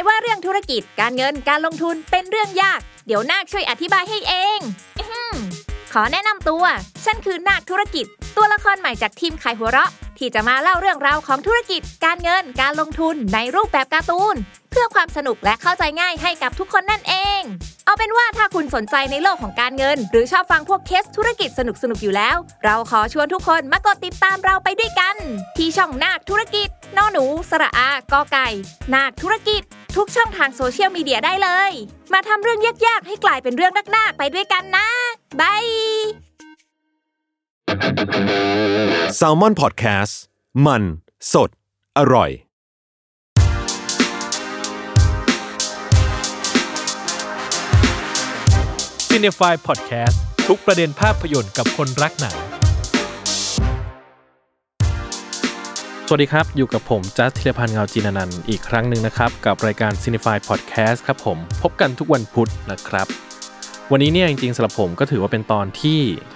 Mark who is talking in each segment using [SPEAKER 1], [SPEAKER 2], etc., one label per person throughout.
[SPEAKER 1] ว่าเรื่องธุรกิจการเงินการลงทุนเป็นเรื่องยากเดี๋ยวนาคช่วยอธิบายให้เองขอแนะนำตัวฉันคือนาคธุรกิจตัวละครใหม่จากทีมขายหัวเราะที่จะมาเล่าเรื่องราวของธุรกิจการเงินการลงทุนในรูปแบบการ์ตูนเพื่อความสนุกและเข้าใจง่ายให้กับทุกคนนั่นเองเอาเป็นว่าถ้าคุณสนใจในโลกของการเงินหรือชอบฟังพวกเคสธุรกิจสนุกอยู่แล้วเราขอชวนทุกคนมากดติดตามเราไปด้วยกันที่ช่องนาคธุรกิจนอหนูสระอากอไก่นาคธุรกิจทุกช่องทางโซเชียลมีเดียได้เลยมาทำเรื่องยากๆให้กลายเป็นเรื่องน่าๆไปด้วยกันนะบาย
[SPEAKER 2] Salmon Podcast มันสดอร่อย
[SPEAKER 3] Cinefy Podcast ทุกประเด็นภาพยนตร์กับคนรักหนังสวัสดีครับอยู่กับผมจัสธีรพันธ์เงาจีนานันท์อีกครั้งนึงนะครับกับรายการ Cinefy Podcast ครับผมพบกันทุกวันพุธนะครับวันนี้เนี่ยจริงๆสำหรับผมก็ถือว่าเป็นตอนที่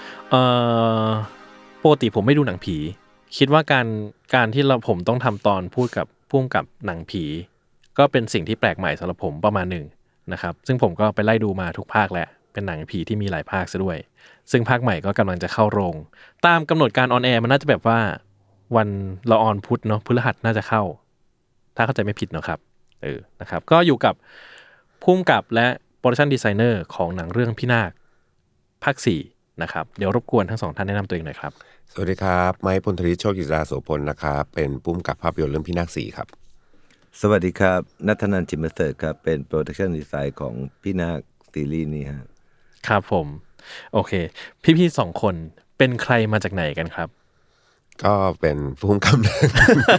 [SPEAKER 3] ปกติผมไม่ดูหนังผีคิดว่าการที่ผมต้องทำตอนพูดกับพุ่งกับหนังผีก็เป็นสิ่งที่แปลกใหม่สำหรับผมประมาณหนึ่งนะครับซึ่งผมก็ไปไล่ดูมาทุกภาคแหละเป็นหนังผีที่มีหลายภาคซะด้วยซึ่งภาคใหม่ก็กำลังจะเข้าโรงตามกำหนดการออนแอร์มันน่าจะแบบว่าวันเราออนพุธเนาะพฤหัสน่าจะเข้าถ้าเข้าใจไม่ผิดเนาะครับนะครับก็อยู่กับพุ่มกับและโปรดักชั่นดีไซเนอร์ของหนังเรื่องพี่นาคภาค4นะครับเดี๋ยวรบกวนทั้งสองท่านแนะนำตัวเองหน่อยครับ
[SPEAKER 4] สวัสดีครับไมค์พลธริศโชคกิจราโสพลนะครับเป็นพุ่มกับภาพยนตร์เรื่องพี่นาค4ครับ
[SPEAKER 5] สวัสดีครับณัฐนันท์ จิมเมอร์เสิร์ชครับเป็นโปรดักชั่นดีไซน์ของพี่นาคซีรีส์นี้ฮะ
[SPEAKER 3] ครับผมโอเคพี่ๆ2คนเป็นใครมาจากไหนกันครับ
[SPEAKER 4] ก็เป็นผู้กำกับหนัง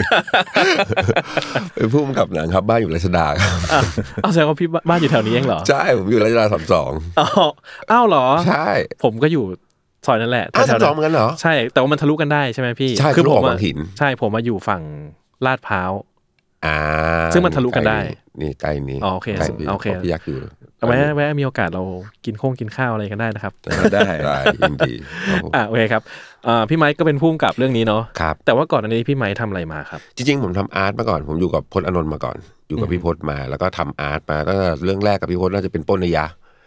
[SPEAKER 4] เป็นผู้กำกับหนังครับบ้านอยู่รัชดาครับ
[SPEAKER 3] แสดงว่าพี่บ้านอยู่แถวนี้เองเหรอ
[SPEAKER 4] ใช่ผมอยู่รัชดา32
[SPEAKER 3] อ้าวเหรอ
[SPEAKER 4] ใช่
[SPEAKER 3] ผมก็อยู่ซอยนั่นแหละ
[SPEAKER 4] 32เหมือนกันเหรอ
[SPEAKER 3] ใช่แต่ว่ามันทะลุกันได้ใช่ไหมพี่
[SPEAKER 4] คือผมบางหิน
[SPEAKER 3] ใช่ผมมาอยู่ฝั่งลาดพร้าวซึ่งมันทะลุกันได้
[SPEAKER 4] นี่ใกล้นี้
[SPEAKER 3] โอเค
[SPEAKER 4] พี่ยักษ์อยู่
[SPEAKER 3] แวะมีโอกาสเรากินข้าวอะไรกันได้นะครับ
[SPEAKER 4] ได้ยินดี
[SPEAKER 3] โอเคครับพี่ไมค์ก็เป็นผู้กำกับเรื่องนี้เนาะ
[SPEAKER 4] ครับ
[SPEAKER 3] แต่ว่าก่อนอันนี้พี่ไมค์ทำอะไรมาครับ
[SPEAKER 4] จริงๆผมทำอาร์ตมาก่อนผมอยู่กับพจน์อานนท์มาก่อนอยู่กับพี่พจน์มาแล้วก็ทำอาร์ตมาตั้งแต่เรื่องแรกกับพี่พจน์น่าจะเป็นปล้นระยะ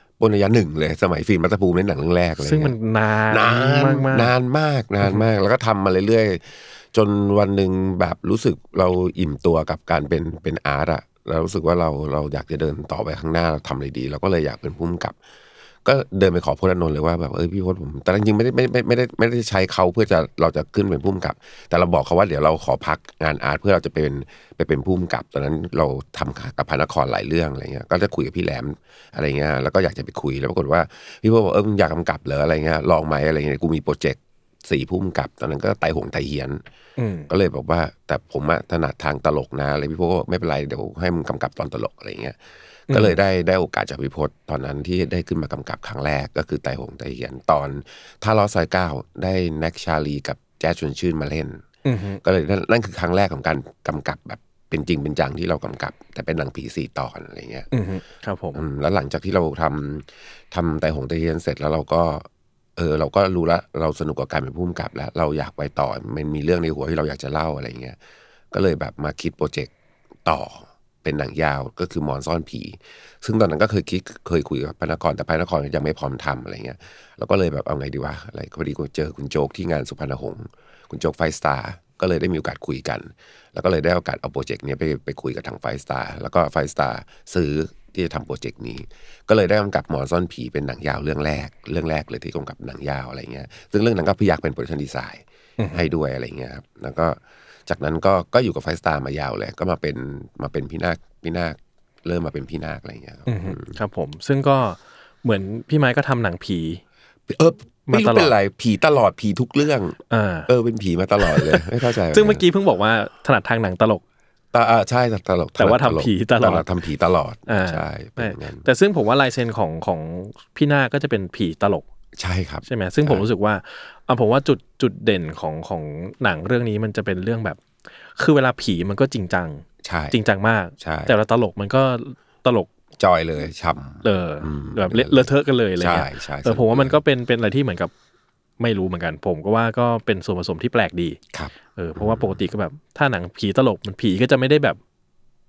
[SPEAKER 4] 1เลยสมัยฟิล์มรัตภูมิในหนังเรื่องแรกเลย
[SPEAKER 3] ซึ่งมันนาน
[SPEAKER 4] มากแล้วก็ทำมาเรื่อยๆจนวันนึงแบบรู้สึกเราอิ่มตัวกับการเป็นอาร์ตอะเรารู้สึกว่าเราอยากจะเดินต่อไปข้างหน้าเราทำอะไรดีเราก็เลยอยากเป็นผู้กำกับก็เดินไปขอพจน์อานนท์เลยว่าแบบพี่พจน์ผมแต่จริงๆไม่ได้ใช้เขาเพื่อจะเราจะขึ้นเป็นผู้กำกับแต่เราบอกเขาว่าเดี๋ยวเราขอพักงานอาร์ตเพื่อเราจะไปเป็นผู้กำกับตอนนั้นเราทำกับพระนครหลายเรื่องอะไรเงี้ยก็จะคุยกับพี่แหลมอะไรเงี้ยแล้วก็อยากจะไปคุยแล้วปรากฏว่าพี่พจน์บอกมึงอยากกำกับเหรออะไรเงี้ยลองไหมอะไรเงี้ยกูมีโปรเจกต์4ผู้กำกับตอนนั้นก็ไตหงไตเฮียนก็เลยบอกว่าแต่ผมถนัดทางตลกนะอะไรพี่พจน์ก็ไม่เป็นไรเดี๋ยวให้มึงกำกับตอนตลกอะไรเงี้ยก็เลยได้โอกาสจากพี่พจน์ตอนนั้นที่ได้ขึ้นมากำกับครั้งแรกก็คือไตหงไตเฮียนตอนท่าล้อซอย9ได้แน็กชาลีกับแจ๊สชวนชื่นมาเล่นก็เลยนั่นคือครั้งแรกของการกำกับแบบเป็นจริงเป็นจังที่เรากำกับแต่เป็นหนังผี4ตอนอะไรเงี้ย
[SPEAKER 3] ครับผม
[SPEAKER 4] แล้วหลังจากที่เราทำไตหงไตเฮียนเสร็จแล้วเราก็รู้ละเราสนุกกับการเป็นผู้กำกับแล้วเราอยากไปต่อมันมีเรื่องในหัวที่เราอยากจะเล่าอะไรเงี้ยก็เลยแบบมาคิดโปรเจกต์ต่อเป็นหนังยาวก็คือหมอนซ่อนผีซึ่งตอนนั้นก็เคยคุยกับพระนครแต่พระนครยังไม่พร้อมทำอะไรเงี้ยเราก็เลยแบบเอาไงดีวะอะไรพอดีเจอคุณโจ๊กที่งานสุพรรณหงษ์คุณโจ๊กไฟสตาร์ก็เลยได้มีโอกาสคุยกันแล้วก็เลยได้โอกาสเอาโปรเจกต์นี้ไปคุยกับทางไฟสตาร์แล้วก็ไฟสตาร์ซื้อที่จะทำโปรเจกต์นี้ก็เลยได้กำกับหมอนซ่อนผีเป็นหนังยาวเรื่องแรกเลยที่กำกับหนังยาวอะไรเงี้ยซึ่งเรื่องนั้นก็พี่ยักษ์เป็นโปรดักชั่นดีไซน์ให้ด้วยอะไรเงี้ยครับแล้วก็จากนั้นก็อยู่กับไฟสตาร์มายาวเลยก็มาเป็นพี่นาคเริ่มมาเป็นพี่นาคอะไรเงี้ย
[SPEAKER 3] ครับผมซึ่งก็เหมือนพี่ไม้ก็ทำหนังผี
[SPEAKER 4] ไม่รู้เป็นไรผีตลอดผีทุกเรื่องเป็นผีมาตลอดเลยไม่เข้าใจ
[SPEAKER 3] ซึ่งเมื่อกี้เพิ่งบอกว่าถนัดทางหนังตลก
[SPEAKER 4] ใช่ตลก
[SPEAKER 3] แต่ว่าทำผีตลอด
[SPEAKER 4] ใช่
[SPEAKER 3] แต่ซึ่งผมว่าลายเซ็นของพี่นาคก็จะเป็นผีตลก
[SPEAKER 4] ใช่ครับ
[SPEAKER 3] ใช่ไหมซึ่งผมรู้สึกว่าผมว่าจุดเด่นของหนังเรื่องนี้มันจะเป็นเรื่องแบบคือเวลาผีมันก็จริงจังจริงจังมากแต่เวลาตลกมันก็ตลก
[SPEAKER 4] จอยเลยช่ำ
[SPEAKER 3] แบบเลอะเทอะกันเลยอะไรเงี้ยผมว่ามันก็เป็นอะไรที่เหมือนกับไม่รู้เหมือนกันผมก็ว่าก็เป็นส่วนผสมที่แปลกดี
[SPEAKER 4] ครับ
[SPEAKER 3] เพราะว่าปกติก็แบบถ้าหนังผีตลกมันผีก็จะไม่ได้แบบ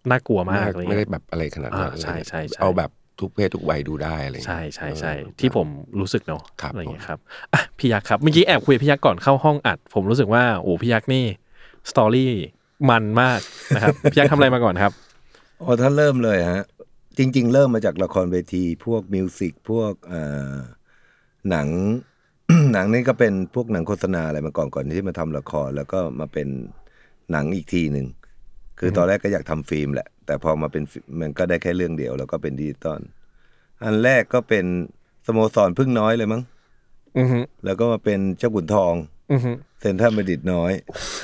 [SPEAKER 3] น่ากลัวมากเลย
[SPEAKER 4] ไม่ได้แบบอะไรขนาดนั้น
[SPEAKER 3] ใช่ๆๆ
[SPEAKER 4] เอาแบบทุกเพศทุกวัยดูได้อะไร
[SPEAKER 3] ใช่ๆๆที่ผมรู้สึกเนาะอะไรอย่างเงี้ยครับพี่ยักษ์ครับเมื่อกี้แอบคุยกับพี่ยักษ์ก่อนเข้าห้องอัดผมรู้สึกว่าโอ้พี่ยักษ์นี่สตอรี่มันมากนะครับ พี่ยักษ์ทำอะไรมาก่อนครับ
[SPEAKER 5] ถ้าเริ่มเลยฮะจริงๆเริ่มมาจากละครเวทีพวกมิวสิกพวกหนัง หนังนี่ก็เป็นพวกหนังโฆษณาอะไรมาก่อนที่มาทำละครแล้วก็มาเป็นหนังอีกทีหนึ่งคือตอนแรกก็อยากทำฟิล์มแหละแต่พอมาเป็นมันก็ได้แค่เรื่องเดียวแล้วก็เป็นดิจิตอลอันแรกก็เป็นสโมสรพึ่งน้อยเลยมั้งแล้วก็มาเป็นเจ้าขุนทองเซ็นทรัลเมดิตน้อย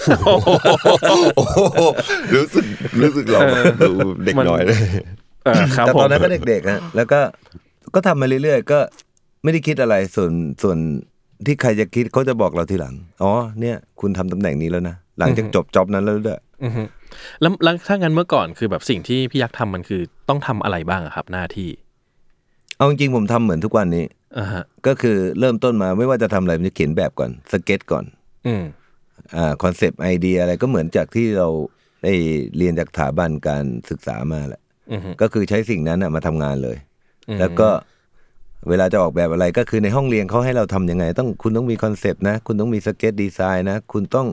[SPEAKER 4] รู้สึกเราดูเด็กน้อยเลย
[SPEAKER 5] แต่ตอนนั้นก็เด็กๆฮะแล้วก็ทำมาเรื่อยๆก็ไม่ได้คิดอะไรส่วนที่ใครจะคิดเขาจะบอกเราทีหลังอ๋อเนี่ยคุณทำตำแหน่งนี้แล้วนะหลังจากจบจ็อบนั้นแล้วด้วย
[SPEAKER 3] แล้วถ้างั้นเมื่อก่อนคือแบบสิ่งที่พี่ยักษ์ทำมันคือต้องทำอะไรบ้างครับหน้าที่
[SPEAKER 5] เอาจริงๆผมทำเหมือนทุกวันนี้ก็คือเริ่มต้นมาไม่ว่าจะทำอะไรมันจะเขียนแบบก่อนสเก็ตก่อนคอนเซปต์ไอเดียอะไรก็เหมือนจากที่เราได้เรียนจากสถาบันการศึกษามาแหละก็คือใช้สิ่งนั้นมาทำงานเลยแล้วก็เวลาจะออกแบบอะไรก็คือในห้องเรียนเขาให้เราทำยังไงคุณต้องมีคอนเซปต์นะคุณต้องมีสเก็ตดีไซน์นะคุณต้อง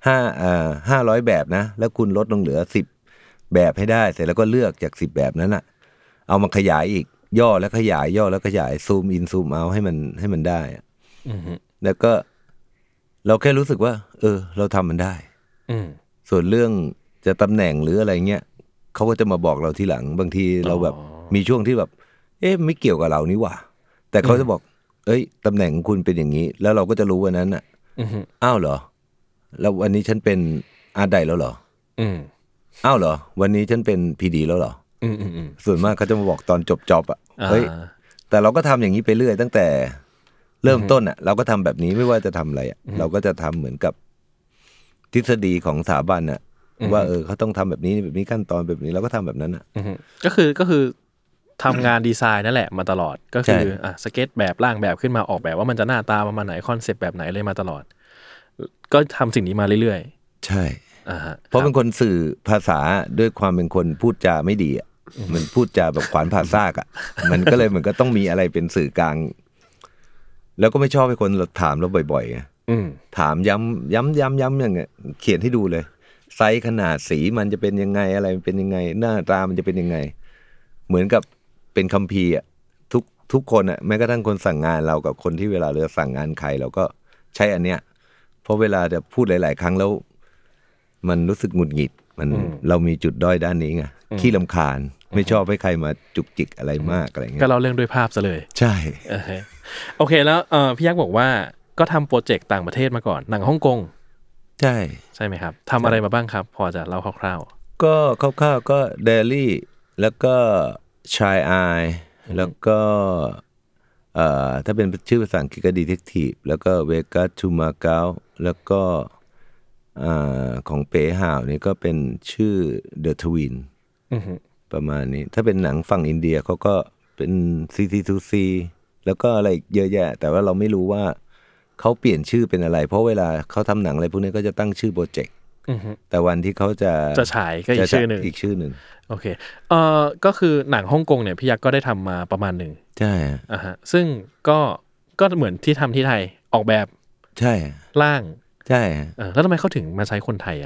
[SPEAKER 5] 500แบบนะแล้วคุณลดลงเหลือ10แบบให้ได้เสร็จแล้วก็เลือกจาก10แบบนั้นเอามาขยายอีกย่อแล้วขยายย่อแล้วขยายซูมอินซูมเอาให้มันได้แล้วก็เราแค่รู้สึกว่าเราทำมันได้ส่วนเรื่องจะตำแหน่งหรืออะไรเงี้ยเขาก็จะมาบอกเราทีหลังบางทีเราแบบมีช่วงที่แบบไม่เกี่ยวกับเรานี่หว่าแต่เขาจะบอกตำแหน่งของคุณเป็นอย่างนี้แล้วเราก็จะรู้วันนั้นอ้าวเหรอแล้ววันนี้ฉันเป็นอาร์ไดแล้วเหรออ้าวเหรอวันนี้ฉันเป็นพีดีแล้วเหรอส่วนมากเขาจะมาบอกตอนจบจ็อบแต่เราก็ทำอย่างนี้ไปเรื่อยตั้งแต่เริ่มต้นเราก็ทำแบบนี้ไม่ว่าจะทำอะไรเราก็จะทำเหมือนกับทฤษฎีของสถาบันว่าเขาต้องทำแบบนี้ขั้นตอนแบบนี้เราก็ทำแบบนั้น
[SPEAKER 3] ก็คือทำงานดีไซน์นั่นแหละมาตลอดก็คือสเก็ตแบบร่างแบบขึ้นมาออกแบบว่ามันจะหน้าตาประมาณไหนคอนเซปต์แบบไหนเลยมาตลอดก็ทำสิ่งนี้มาเรื่อย
[SPEAKER 5] ๆใช่เพราะเป็นคนสื่อภาษาด้วยความเป็นคนพูดจาไม่ดีมันพูดจาแบบขวานผ่าซากมันก็เลยเหมือนก็ต้องมีอะไรเป็นสื่อกลางแล้วก็ไม่ชอบให้คนเราถามเราบ่อยๆถามย้ำอย่างเงี้ยเขียนให้ดูเลยไซส์ขนาดสีมันจะเป็นยังไงอะไรมันเป็นยังไงหน้าตามันจะเป็นยังไงเหมือนกับเป็นคัมภีร์ทุกคนแม้กระทั่งคนสั่งงานเรากับคนที่เวลาเราสั่งงานใครเราก็ใช้อันเนี้ยเพราะเวลาจะพูดหลายๆครั้งแล้วมันรู้สึกหงุดหงิดเรามีจุดด้อยด้านนี้ไงขี้รำคาญไม่ชอบให้ใครมาจุกจิกอะไรมากอะไรเงี้ย
[SPEAKER 3] ก็เราเรื่องด้วยภาพซะเลย
[SPEAKER 5] ใช่
[SPEAKER 3] โอเคแล้วพี่ยักษ์บอกว่าก็ทำโปรเจกต์ต่างประเทศมาก่อนหนังฮ่องกงใช่ไหมครับทำอะไรมาบ้างครับพอจะเล่าคร่าว
[SPEAKER 5] ๆก็คร่าวๆก็เดลี่แล้วก็ชายอายแล้วก็ถ้าเป็นชื่อภาษาอังกฤษก็ดีเทคทีฟแล้วก็เวกัสทูมาเก๊าแล้วก็ของเป๋ห่าวนี่ก็เป็นชื่อ The Twin ประมาณนี้ถ้าเป็นหนังฝั่งอินเดียเขาก็เป็น CC2C แล้วก็อะไรเยอะแยะแต่ว่าเราไม่รู้ว่าเขาเปลี่ยนชื่อเป็นอะไรเพราะเวลาเขาทำหนังอะไรพวกนี้ก็จะตั้งชื่อโปรเจกต์แต่วันที่เขาจะ
[SPEAKER 3] ฉายก็อีกชื่อหนึ่งโอเคก็คือหนังฮ่องกงเนี่ยพี่ยักษ์ก็ได้ทำมาประมาณหนึ่ง
[SPEAKER 5] ใช่
[SPEAKER 3] ซึ่งก็เหมือนที่ทำที่ไทยออกแบบ
[SPEAKER 5] ใช่
[SPEAKER 3] ร่าง
[SPEAKER 5] ใช่
[SPEAKER 3] แล้วทำไมเขาถึงมาใช้คนไทย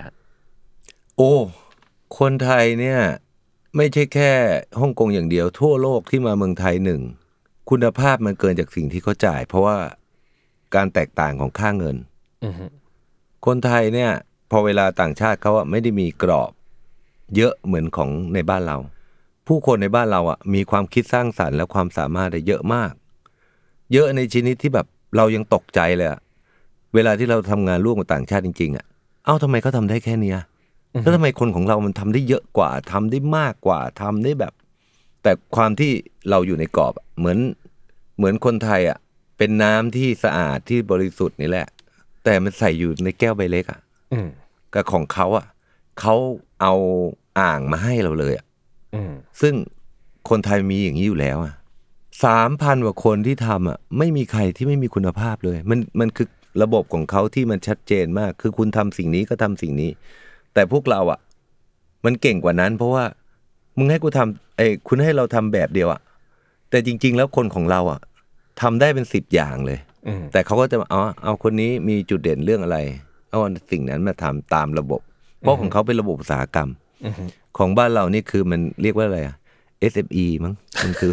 [SPEAKER 5] คนไทยเนี่ยไม่ใช่แค่ฮ่องกงอย่างเดียวทั่วโลกที่มาเมืองไทยหนึ่งคุณภาพมันเกินจากสิ่งที่เขาจ่ายเพราะว่าการแตกต่างของค่าเงินคนไทยเนี่ยพอเวลาต่างชาติเขาไม่ได้มีกรอบเยอะเหมือนของในบ้านเราผู้คนในบ้านเรามีความคิดสร้างสรรค์และความสามารถเยอะมากเยอะในชนิดที่แบบเรายังตกใจเลยเวลาที่เราทำงานร่วมกับต่างชาติจริงๆทำไมเขาทำได้แค่นี้แล้วทำไมคนของเรามันทำได้เยอะกว่าทำได้มากกว่าทำได้แบบแต่ความที่เราอยู่ในกรอบเหมือนคนไทยเป็นน้ำที่สะอาดที่บริสุทธิ์นี่แหละแต่มันใส่อยู่ในแก้วใบเล็กกับของเขาเขาเอาอ่างมาให้เราเลยซึ่งคนไทยมีอย่างนี้อยู่แล้ว3,000 กว่าคนที่ทำไม่มีใครที่ไม่มีคุณภาพเลยมันคือระบบของเขาที่มันชัดเจนมากคือคุณทำสิ่งนี้ก็ทำสิ่งนี้แต่พวกเรามันเก่งกว่านั้นเพราะว่ามึงให้กูทำคุณให้เราทำแบบเดียวอ่ะแต่จริงๆแล้วคนของเราอ่ะทำได้เป็น10อย่างเลยแต่เขาก็จะเอาคนนี้มีจุดเด่นเรื่องอะไรเอาสิ่งนั้นมาทำตามระบบเพราะของเขาเป็นระบบอุตสาหกรรมของบ้านเรานี่คือมันเรียกว่าอะไรอ่ะ SME มั้งมันคือ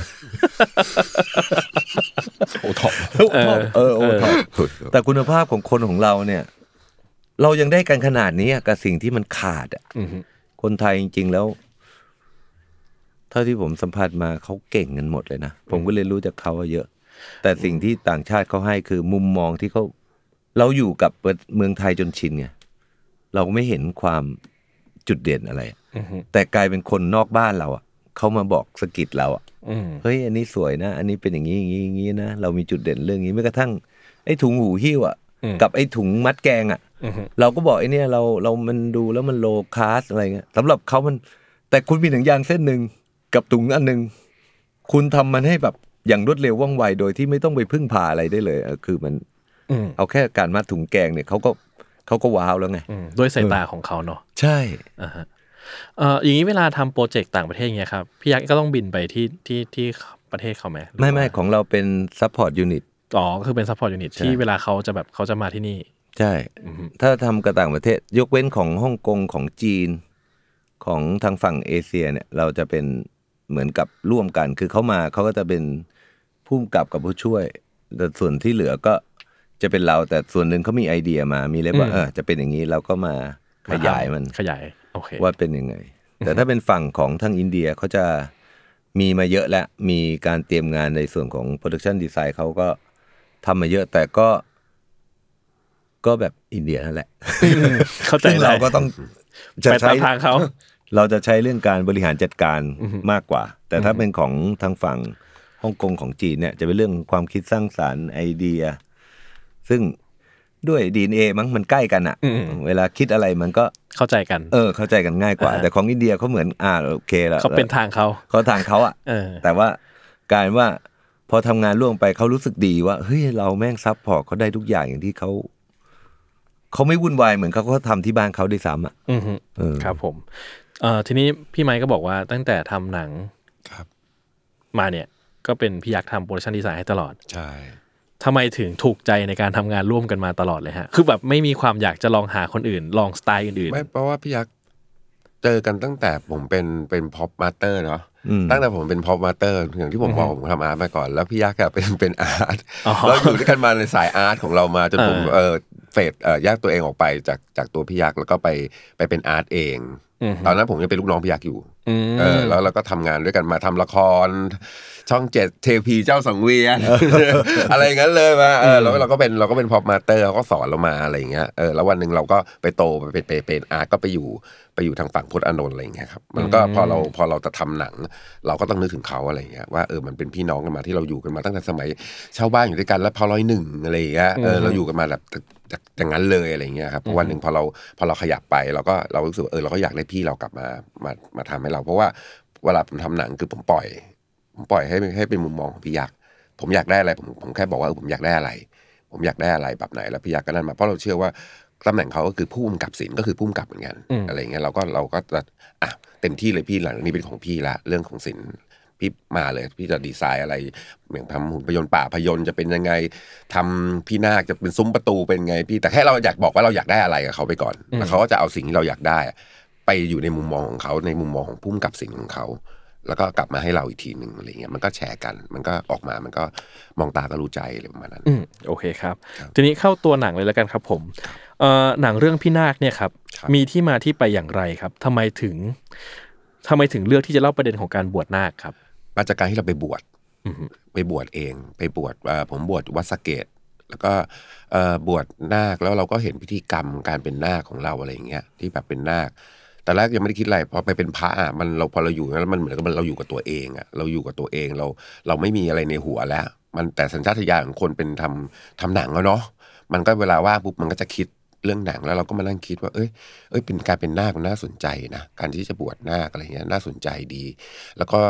[SPEAKER 4] โอท็อป
[SPEAKER 5] โอท็อปแต่คุณภาพของคนของเราเนี่ยเรายังได้กันขนาดนี้กับสิ่งที่มันขาดอ่ะคนไทยจริงๆแล้วเท่าที่ผมสัมผัสมาเขาเก่งกันหมดเลยนะผมก็เรียนรู้จากเขาเยอะแต่สิ่งที่ต่างชาติเขาให้คือมุมมองที่เราอยู่กับเมืองไทยจนชินไงเราไม่เห็นความจุดเด่นอะไรแต่กลายเป็นคนนอกบ้านเราอ่ะเขามาบอกสะกิดเราอ่ะเฮ้ยอันนี้สวยนะอันนี้เป็นอย่างนี้อย่างนี้อย่างนี้นะเรามีจุดเด่นเรื่องนี้แม้กระทั่งไอ้ถุงหูหิ้วอ่ะกับไอ้ถุงมัดแกงอ่ะเราก็บอกไอ้เนี่ยเรามันดูแล้วมันโลคลาสอะไรเงี้ยสำหรับเขามันแต่คุณมีหนังยางเส้นนึงกับถุงอันนึงคุณทำมันให้แบบอย่างรวดเร็วว่องไวโดยที่ไม่ต้องไปพึ่งพาอะไรได้เลยคือมันเอาแค่การมัดถุงแกงเนี่ยเขาก็ว้าวแล้วไง
[SPEAKER 3] ด้วยสายตาของเขาเนาะ
[SPEAKER 5] ใช่
[SPEAKER 3] อย่างนี้เวลาทำโปรเจกต์ต่างประเทศเงี้ยครับพี่ยักษ์ก็ต้องบินไปที่ประเทศเขาไหม
[SPEAKER 5] ไม่ของเราเป็นซัพพอร์ตยูนิต
[SPEAKER 3] ก็คือเป็นซัพพอร์ตยูนิตที่เวลาเขาจะมาที่นี่
[SPEAKER 5] ใช่ถ้าทำกับต่างประเทศยกเว้นของฮ่องกงของจีนของทางฝั่งเอเชียเนี่ยเราจะเป็นเหมือนกับร่วมกันคือเขามาเขาก็จะเป็นผู้กำกับผู้ช่วยแต่ส่วนที่เหลือก็จะเป็นเราแต่ส่วนหนึ่งเขามีไอเดียมามีเลยว่าจะเป็นอย่างนี้เราก็มาขยาย
[SPEAKER 3] โอเค
[SPEAKER 5] ว่าเป็นยังไงแต่ถ้าเป็นฝั่งของทางอินเดียเขาจะมีมาเยอะแล้วมีการเตรียมงานในส่วนของ production design เขาก็ทำมาเยอะแต่ก็แบบอินเดียนั่นแหละ
[SPEAKER 3] เข้าใจ
[SPEAKER 5] เราก็ต้อง
[SPEAKER 3] จะใช้ทางเขา
[SPEAKER 5] เราจะใช้เรื่องการบริหารจัดการมากกว่าแต่ถ้าเป็นของทางฝั่งฮ่องกงของจีนเนี่ยจะเป็นเรื่องความคิดสร้างสรรค์ไอเดียซึ่งด้วย DNA มั้งมันใกล้กันอ่ะเวลาคิดอะไรมันก็
[SPEAKER 3] เข้าใจกัน
[SPEAKER 5] เข้าใจกันง่ายกว่าแต่ของอินเดียเขาเหมือนโอเคแล้ว
[SPEAKER 3] เขาเป็นทางเขา
[SPEAKER 5] ทางเขาอ่ะแต่ว่าการว่าพอทำงานร่วมไปเขารู้สึกดีว่าเฮ้ยเราแม่งซัพพอร์ตเขาได้ทุกอย่างอย่างที่เขาไม่วุ่นวายเหมือนเขาทำที่บ้านเขาด้วยซ้ำอ่ะ
[SPEAKER 3] ครับผมทีนี้พี่ไมค์ก็บอกว่าตั้งแต่ทำหนังมาเนี่ยก็เป็นพี่ยักษ์ทำโปรดักชั่นดีไซน์ให้ตลอด
[SPEAKER 4] ใช่
[SPEAKER 3] ทำไมถึงถูกใจในการทำงานร่วมกันมาตลอดเลยฮะคือแบบไม่มีความอยากจะลองหาคนอื่นลองสไตล์อื่น
[SPEAKER 4] ๆไม่เพราะว่าพี่ยักษ์เจอกันตั้งแต่ผมเป็นพ็อปมาสเตอร์เนาะตั้งแต่ผมเป็นพ็อปมาสเตอร์อย่างที่ผมบอกผมทำอาร์ตมาก่อนแล้วพี่ยักษ์เป็นอาร์ตเราอยู่ด้วยกันมาในสายอาร์ตของเรามาจนผมเฟดแยกตัวเองออกไปจากตัวพี่ยักษ์แล้วก็ไปเป็นอาร์ตเองตอนนั้นผมยังเป็นลูกน้องพี่ยักษ์อยู่แล้วเราก็ทำงานด้วยกันมาทำละครช่อง7เทพีเจ้าสังเวียน อะไรอย่างนั้นเลยมาแล้วเราก็เป็นพ็อปมาสเตอร์เขาก็สอนเรามาอะไรอย่างเงี้ยแล้ววันนึงเราก็ไปโตไปเป็นอาร์ตก็ไปอยู่ทางฝั่งพจน์อานนท์อะไรอย่างเงี้ยครับมันก็พอเราจะทำหนังเราก็ต้องนึกถึงเขาอะไรอย่างเงี้ยว่ามันเป็นพี่น้องกันมาที่เราอยู่กันมาตั้งแต่สมัยเช่าบ้านอยู่ด้วยกันแล้วพอ101อะไรอย่างเงี้ยเราอยู่กันมาแบบอย่างนั้นเลยอะไรอย่างเงี้ยครับวันนึงพอเราขยับไปเรารู้สึกเราก็อยากได้พี่เรากลับมาทำให้เราเพราะว่าเวลาผมทำหนังคือผมปล่อยให้เป็นมุมมองของพี่ยักษ์ผมอยากได้อะไรผมแค่บอกว่าผมอยากได้อะไรผมอยากได้อะไรแบบไหนแล้วพี่ยักษ์ก็นั่นมาเพราะเราเชื่อว่าตำแหน่งเขาก็คือผู้กำกับศิลป์ก็คือผู้กำกับเหมือนกันอะไรเงี้ยเราก็จะเต็มที่เลยพี่หลังนี้เป็นของพี่ละเรื่องของศิลป์พี่มาเลยพี่จะดีไซน์อะไรอย่างทำหุ่นพยนต์ป่าพยนต์จะเป็นยังไงทำพี่นาคจะเป็นซุ้มประตูเป็นไงพี่แต่แค่เราอยากบอกว่าเราอยากได้อะไรกับเขาไปก่อนแล้วเขาก็จะเอาสิ่งที่เราอยากได้ไปอยู่ในมุมมองของเขาในมุมมองของผู้กำกับศิลป์ของเขาแล้วก็กลับมาให้เราอีกทีนึงอะไรเงี้ยมันก็แชร์กันมันก็ออกมามันก็มองตาก็รู้ใจอะไรประมาณนั้น
[SPEAKER 3] โอเคครับทีนี้เข้าตัวหนังเลยแล้วกันครับผมหนังเรื่องพี่นาคเนี่ยครับมีที่มาที่ไปอย่างไรครับทำไมถึงเลือกที่จะเล่าประเด็นของการบวชนาคครับ
[SPEAKER 4] มาจากการที่เราไปบวชเองไปบวชผมบวชวัดสะเกษแล้วก็บวชนาคแล้วเราก็เห็นพิธีกรรมการเป็นนาคของเราอะไรอย่างเงี้ยที่แบบเป็นนาคแต่แรกยังไม่ได้คิดอะไรพอไปเป็นพระพอเราอยู่แล้วมันเหมือนกับเราอยู่กับตัวเองเราอยู่กับตัวเองเราไม่มีอะไรในหัวแล้วมันแต่สัญชาตญาณของคนเป็นทำหนังแล้วเนาะมันก็เวลาว่างปุ๊บมันก็จะคิดเรื่องหนังแล้วเราก็มานั่งคิดว่าเอ้ยเป็นการเป็นนาคมันน่าสนใจนะการที่จะบวชนาคอะไรเงี้ยน่าสนใจดีแล้วก็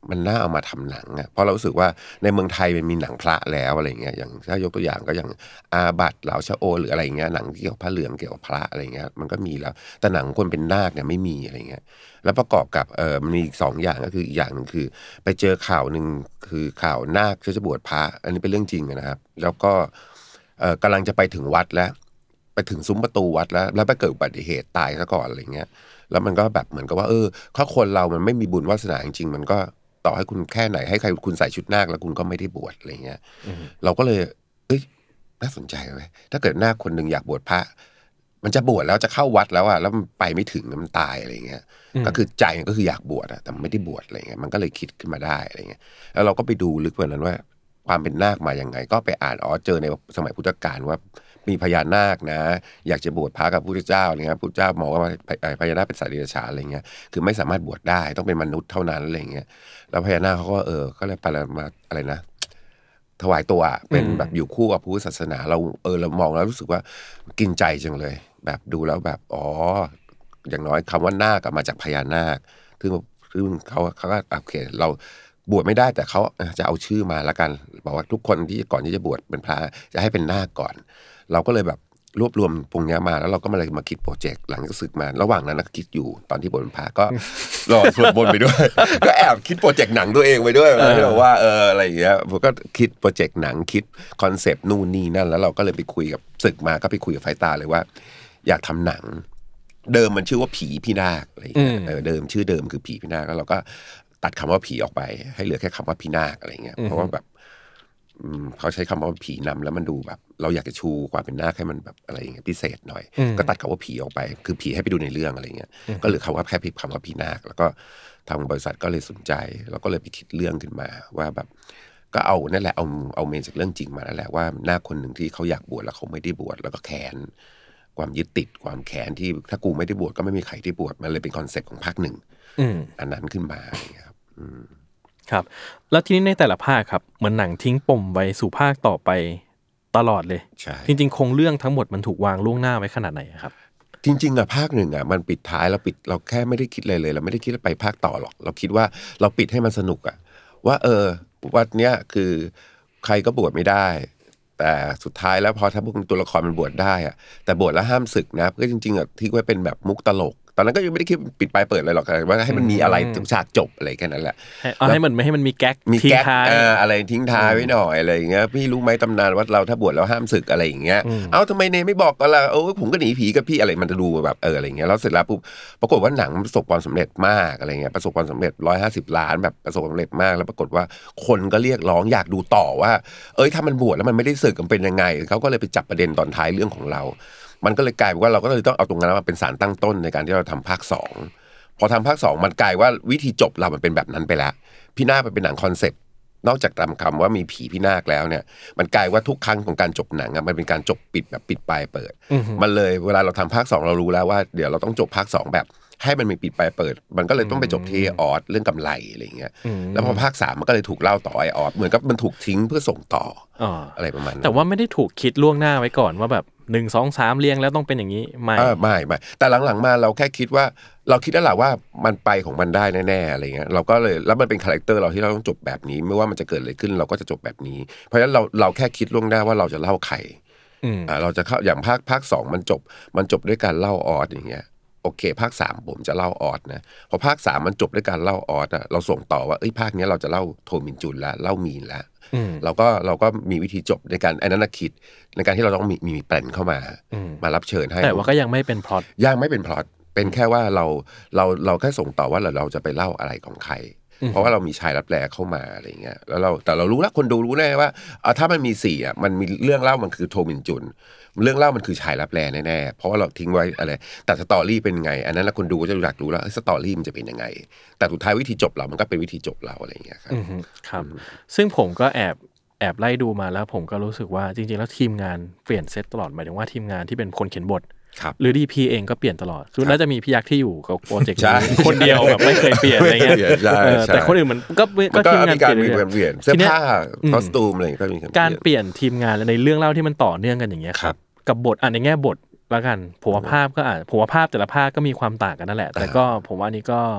[SPEAKER 4] มันน่าเอามาทำหนังอ่ะเพราะเรารู้สึกว่าในเมืองไทยมันมีหนังพระแล้วอะไรเงี้ยอย่างถ้ายกตัวอย่างก็อย่างอาบัติเหลาชะโอหรืออะไรเงี้ยหนังเกี่ยวกับพระเหลืองเกี่ยวกับพระอะไรเงี้ยมันก็มีแล้วแต่หนังคนเป็นนาคเนี่ยไม่มีอะไรเงี้ยแล้วประกอบกับมันมีสองอย่างก็คืออีกอย่างนึงคือไปเจอข่าวนึงคือข่าวนาคจะบวชพระอันนี้เป็นเรื่องจริงนะครับแล้วก็กำลังจะไปถึงวัดแล้วไปถึงซุ้มประตูวัดแล้วไปเกิดอุบัติเหตุตายซะก่อนอะไรเงี้ยแล้วมันก็แบบเหมือนกับว่าถ้าคนเรามันไม่มีบุญวาสนาจริงๆมันก็ต่อให้คุณแค่ไหนให้ใครคุณใส่ชุดนาคแล้วคุณก็ไม่ได้บวชอะไรเงี้ยเราก็เลยน่าสนใจไหมถ้าเกิดนาคคนหนึ่งอยากบวชพระมันจะบวชแล้วจะเข้าวัดแล้วอ่ะแล้วมันไปไม่ถึงมันตายอะไรเงี้ยก็คือใจก็คืออยากบวชแต่ไม่ได้บวชอะไรเงี้ยมันก็เลยคิดขึ้นมาได้อะไรเงี้ยแล้วเราก็ไปดูลึกกว่านั้นว่าความเป็นนาคมาอย่างไงก็ไปอ่านเจอในสมัยพุทธกาลว่ามีพญานาคนะอยากจะบวชพระกับพระพุทธเจ้าอะไรเงี้ยพระพุทธเจ้ามองว่าพญานาคเป็นสัตว์เดรัจฉานอะไรเงี้ยคือไม่สามารถบวชได้ต้องเป็นมนุษย์เท่านั้นอะไรเงี้ยแล้วพญานาคเขาก็ก็เลยไปมาอะไรนะถวายตัวเป็นแบบอยู่คู่กับพุทธศาสนาเรามองแล้วรู้สึกว่ากินใจจังเลยแบบดูแล้วแบบอย่างน้อยคำว่านาคมาจากพญานาคซึ่งเขาก็โอเคเราบวชไม่ได้แต่เขาจะเอาชื่อมาแล้วกันบอกว่าทุกคนที่ก่อนที่จะบวชเป็นพระจะให้เป็นนาคก่อนเราก็เลยแบบรวบรวมพวกนี้มาแล้วเราก็มาคิดโปรเจกต์หลังจากศึกมาระหว่างนั้นคิดอยู่ตอนที่บวชเป็นพระก็รอสวดมนต์ไปด้วย ก็แอบคิดโปรเจกต์หนังตัวเองไปด้วยแบบว่าอะไรอย่างเงี้ยผมก็คิดโปรเจกต์หนังคิดคอนเซปต์นู่นนี่นั่นแล้วเราก็เลยไปคุยกับศึกมาก็ไปคุยกับไฟตาเลยว่าอยากทำหนังเดิมมันชื่อว่าผีพี่นาคอะไรอย่างเงี้ยเดิมชื่อเดิมคือผีพี่นาคแล้วเราก็ตัดคำว่าผีออกไปให้เหลือแค่คำว่าพี่นาคอะไรเงี้ยเพราะว่าแบบเขาใช้คำว่าผีนำแล้วมันดูแบบเราอยากจะชูความเป็นนาคให้มันแบบอะไรอย่างเงี้ยพิเศษหน่อยก็ตัดคำว่าผีออกไปคือผีให้ไปดูในเรื่องอะไรเงี้ยก็เหลือคำว่าแค่คำว่าพี่นาคแล้วก็ทางบริษัทก็เลยสนใจแล้วก็เลยไปคิดเรื่องขึ้นมาว่าแบบก็เอานั่นแหละเอาเมนจากเรื่องจริงมานั่นแหละว่านาคคนหนึ่งที่เขาอยากบวชแล้วเขาไม่ได้บวชแล้วก็แค้นความยึดติดความแค้นที่ถ้ากูไม่ได้บวชก็ไม่มีใครที่บวชมันเลยเป็นคอนเซ็ปต์ของภาคหนึ่งอันนั้นขึ้นมาครับ
[SPEAKER 3] ครับแล้วทีนี้ในแต่ละภาคครับเหมือนหนังทิ้งปมไว้สู่ภาคต่อไปตลอดเลยจริงๆโครงเรื่องทั้งหมดมันถูกวางล่วงหน้าไว้ขนาดไหนครับ
[SPEAKER 4] จริงๆภาคหนึ่งมันปิดท้ายเราแค่ไม่ได้คิดเลยเราไม่ได้คิดไปภาคต่อหรอกเราคิดว่าเราปิดให้มันสนุกว่าวันเนี้ยคือใครก็บวชไม่ได้แต่สุดท้ายแล้วพอถ้าพวกตัวละครมันบวชได้แต่บวชแล้วห้ามศึกนะเพราะจริงๆทิ้งไว้เป็นแบบมุกตลกตอนนั้นก็ยังไม่ได้คิดปิดปลายเปิดอะไรหรอกว่าให้มันมีอะไรถึงฉากจบอะไรแค่นั้นแหละ
[SPEAKER 3] ให้มันมีแก๊ก
[SPEAKER 4] ทิ้งท้ายอะไรทิ้งท้ายไว้หน่อยอะไรอย่างเงี้ยพี่รู้ไหมตำนานว่าเราถ้าบวชแล้วห้ามศึกอะไรอย่างเงี้ยทำไมเนไม่บอกกันล่ะผมก็หนีผีกับพี่อะไรมันจะดูแบบอะไรอย่างเงี้ยแล้วเสร็จแล้วปุ๊บปรากฏว่าหนังประสบความสำเร็จมากอะไรเงี้ยประสบความสำเร็จ150 ล้านแบบประสบความสำเร็จมากแล้วปรากฏว่าคนก็เรียกร้องอยากดูต่อว่าถ้ามันบวชแล้วมันไม่ได้ศึกมันเป็นยังไงเขาก็เลยไปจับประเด็นตอนท้ายเรื่องของเรามันก็เลยกลายเป็นว่าเราก็เลยต้องเอาตรงนั้นมาเป็นสารตั้งต้นในการที่เราทำภาค2พอทำภาค2มันกลายว่าวิธีจบเรามันเป็นแบบนั้นไปแล้วพี่นาคเป็นหนังคอนเซ็ปต์นอกจากตามคำว่ามีผีพี่นาคแล้วเนี่ยมันกลายว่าทุกครั้งของการจบหนังมันเป็นการจบปิดแบบปิดปลายเปิดมันเลยเวลาเราทำภาค2เรารู้แล้วว่าเดี๋ยวเราต้องจบภาค2แบบให้มันมีปิดปลายเปิดมันก็เลยต้องไปจบที่ออสเรื่องกำไรอะไรเงี้ยแล้วพอภาค3มันก็เลยถูกเล่าต่อออสเหมือนกับมันถูกทิ้งเพื่อส่งต่ออะไรประมาณนั้น
[SPEAKER 3] แต่ว่าไม่ได้ถูกคิดล่วงหน้าไว้ก่อนว่าแบบ1 2 3เรียงแล้วต้องเป็นอย่างนี้ไม่
[SPEAKER 4] แต่หลังๆมาเราแค่คิดว่าเราคิดแล้วแหละว่ามันไปของมันได้แน่ๆอะไรเงี้ยเราก็เลยแล้วมันเป็นคาแรคเตอร์เราที่เราต้องจบแบบนี้ไม่ว่ามันจะเกิดอะไรขึ้นเราก็จะจบแบบนี้เพราะฉะนั้นเราแค่คิดล่วงหน้าว่าเราจะเล่าใครเราจะเข้าอย่างภาค2มันจบด้วยการเล่าออสอย่างเงี้ยโอเคภาค3ผมจะเล่าออสนะพอภาค3มันจบด้วยการเล่าออสเราส่งต่อว่าภาคนี้เราจะเล่าโทมินจุนแล้วเล่ามีนแล้วเราก็มีวิธีจบในการไอ้นั้นคิดในการที่เราต้องมีแปลนเข้ามารับเชิญให้
[SPEAKER 3] แต่ว่าก็ยังไม่เป็นพล็อต
[SPEAKER 4] ยังไม่เป็นพล็อตเป็นแค่ว่าเราแค่ส่งต่อว่าเราจะไปเล่าอะไรของใครเพราะว่าเรามีชายรับแลเข้ามาอะไรเงี้ยแล้วแต่เรารู้แล้วคนดูรู้แน่ว่าถ้ามันมี4มันมีเรื่องเล่ามันคือโทมินจุนเรื่องเล่ามันคือชายรับแลแน่ๆเพราะว่าเราทิ้งไว้อะไรแต่สตอรี่เป็นไงอันนั้นแล้วคนดูก็จะอยากรู้แล้วสตอรี่มันจะเป็นยังไงแต่สุดท้ายวิธีจบเรามันก็เป็นวิธีจบเราอะไรเงี้ย
[SPEAKER 3] ครับซึ่งผมก็แอบไล่ดูมาแล้วผมก็รู้สึกว่าจริงๆแล้วทีมงานเปลี่ยนเซตตลอดหมายถึงว่าทีมงานที่เป็นคนเขียนบทหรือ DP เองก็เปลี่ยนตลอดแล้วจะมีพี่ยักษ์ที่อยู่กับโปรเจกต์นี้คนเดียวแบบไม่เคยเปลี่ยนอะไรเงี้ยแต่คนอื่นมันก็ทีมงานเป
[SPEAKER 4] ลี่ยนเสื้อผ้าคอสตูมอะไรก็มี
[SPEAKER 3] การเปลี่ยนทีมงานในเรื่องเล่าที่มันต่อเนื่องกันอย่างเงี้ยครับกับบทในแง่บทแล้วกันผมว่าภาพแต่ละภาคก็มีความต่างกันนั่นแหละแต่ก็ผมว่านี่ก็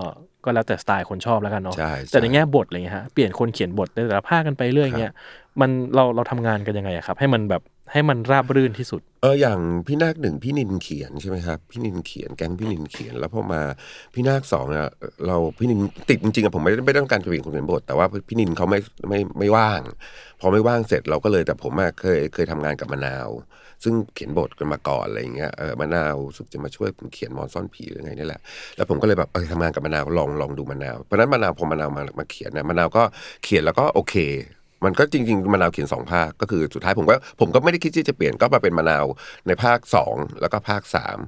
[SPEAKER 3] ก็แล้วแต่สไตล์คนชอบแล้วกันเนาะ
[SPEAKER 4] ใช่
[SPEAKER 3] แต่ในแง่บทอะไรเงี้ยฮะเปลี่ยนคนเขียนบทในแต่ละภาคกันไปเรื่อยเงี้ยมันเราทำงานกันยังไงครับให้มันแบบให้มันราบรื่นที่สุด
[SPEAKER 4] อย่างพี่นาค1พี่นินเขียนใช่ไหมครับพี่นินเขียนแก๊งพี่นินเขียนแล้วพอมาพี่นาค2เนี่ยเราพี่นินติดจริงๆผมไม่ต้องการจะเปลี่ยนคนเขียนบทแต่ว่าพี่นินเขาไม่ว่างพอไม่ว่างเสร็จเราก็เลยแต่ผมเคยทำงานกับมะนาวซึ่งเขียนบทกันมาก่อนอะไรอย่างเงี้ยมะนาวสุกจะมาช่วยผมเขียนมอนซ่อนผีหรือไงนี่แหละแล้วผมก็เลยแบบทำงานกับมะนาวลองดูมะนาวเพราะนั้นมะนาวพอมะนาวมาเขียนเนี่ยมะนาวก็เขียนแล้วก็โอเคมันก็จริงๆมะนาวเขียน2ภาคก็คือสุดท้ายผมก็ไม่ได้คิดที่จะเปลี่ยนก็มาเป็นมะนาวในภาค2แล้วก็ภาค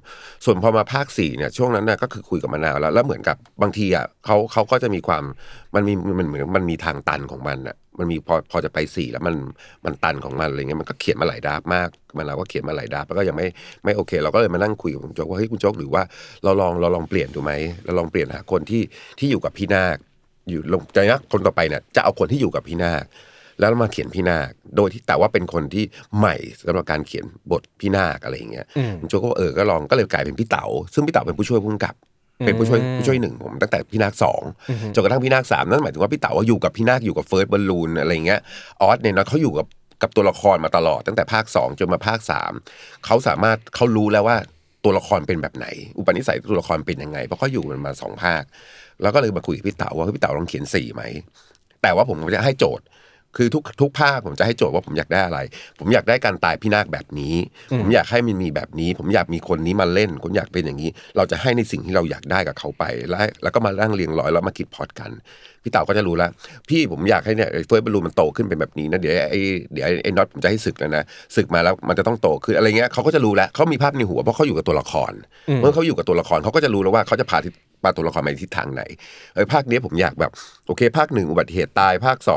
[SPEAKER 4] 3ส่วนพอมาภาค4เนี่ยช่วงนั้นน่ะก็คือคุยกับมะนาวแล้วเหมือนกับบางทีอ่ะเขาก็จะมีความมันเหมือนมันมีทางตันของมันอ่ะมันมีพอจะไป4แล้วมันตันของมันอะไรเงี้ยมันก็เขียนมาหลายดราฟมากมะนาวก็เขียนมาหลายดราฟแล้วก็ยังไม่โอเคเราก็เลยมานั่งคุยกับคุณโจ๊กว่าเฮ้ยคุณโจ๊กหรือว่าเราลองเปลี่ยนดูไหมเราลองเปลี่ยนหาคนที่อยู่กับพี่นาคอยู่ลงใจนะคนต่อไปเนี่ยจะเอาคนที่อยู่กับพี่นาคแล้วมาเขียนพี่นาคโดยที่แต่ว่าเป็นคนที่ใหม่สำหรับการเขียนบทพี่นาคอะไรอย่างเงี้ยคุณโจก็ก็ลองก็เลยกลายเป็นพี่เต๋าซึ่งพี่เต๋าเป็นผู้ช่วยผู้กำกับเป็นผู้ช่วย1ผมตั้งแต่พี่นาค2จนกระทั่งพี่นาค3นั่นหมายถึงว่าพี่เต๋าอยู่กับพี่นาคอยู่กับเฟิร์สบอลลูนอะไรเงี้ยออสเนี่ยเขาอยู่กับตัวละครมาตลอดตั้งแต่ภาค2จนมาภาค3เขารู้แล้วว่าตัวละครเป็นแบบไหนอุปนิสัยตัวละครเป็นยังไงเพราะเขาอยู่มันมา2ภาคแล้วก็เลยมาคุยกับพี่เต๋าว่าพี่เต๋าลองเขียน4ไหมแต่ว่าผมจะให้โจทย์คือทุกภาคผมจะให้โจทย์ว่าผมอยากได้อะไรผมอยากได้การตายพี่นาคแบบนี้ผมอยากให้มันมีแบบนี้ผมอยากมีคนนี้มาเล่นผมอยากเป็นอย่างนี้เราจะให้ในสิ่งที่เราอยากได้กับเขาไปแล้วก็มานั่งเรียงร้อยแล้วมาคิดพล็อตกันพี่เต๋าก็จะรู้แล้วพี่ผมอยากให้เนี่ยเฟิร์สบอลลูนมันโตขึ้นเป็นแบบนี้นะเดี๋ยวไอ้น็อตผมจะให้ศึกแล้วนะศึกมาแล้วมันจะต้องโตขึ้นอะไรเงี้ยเขาก็จะรู้แล้วเขามีภาพในหัวเพราะเขาอยู่กับตัวละครเมื่อเขาอยู่กับตัวละครเขาก็จะรู้แล้วว่าเขาจะพาตัวละครไปทิศทางไหนภาคนี้ผมอยากแบบโอเคภาค1อุบัติเหตุตายภาค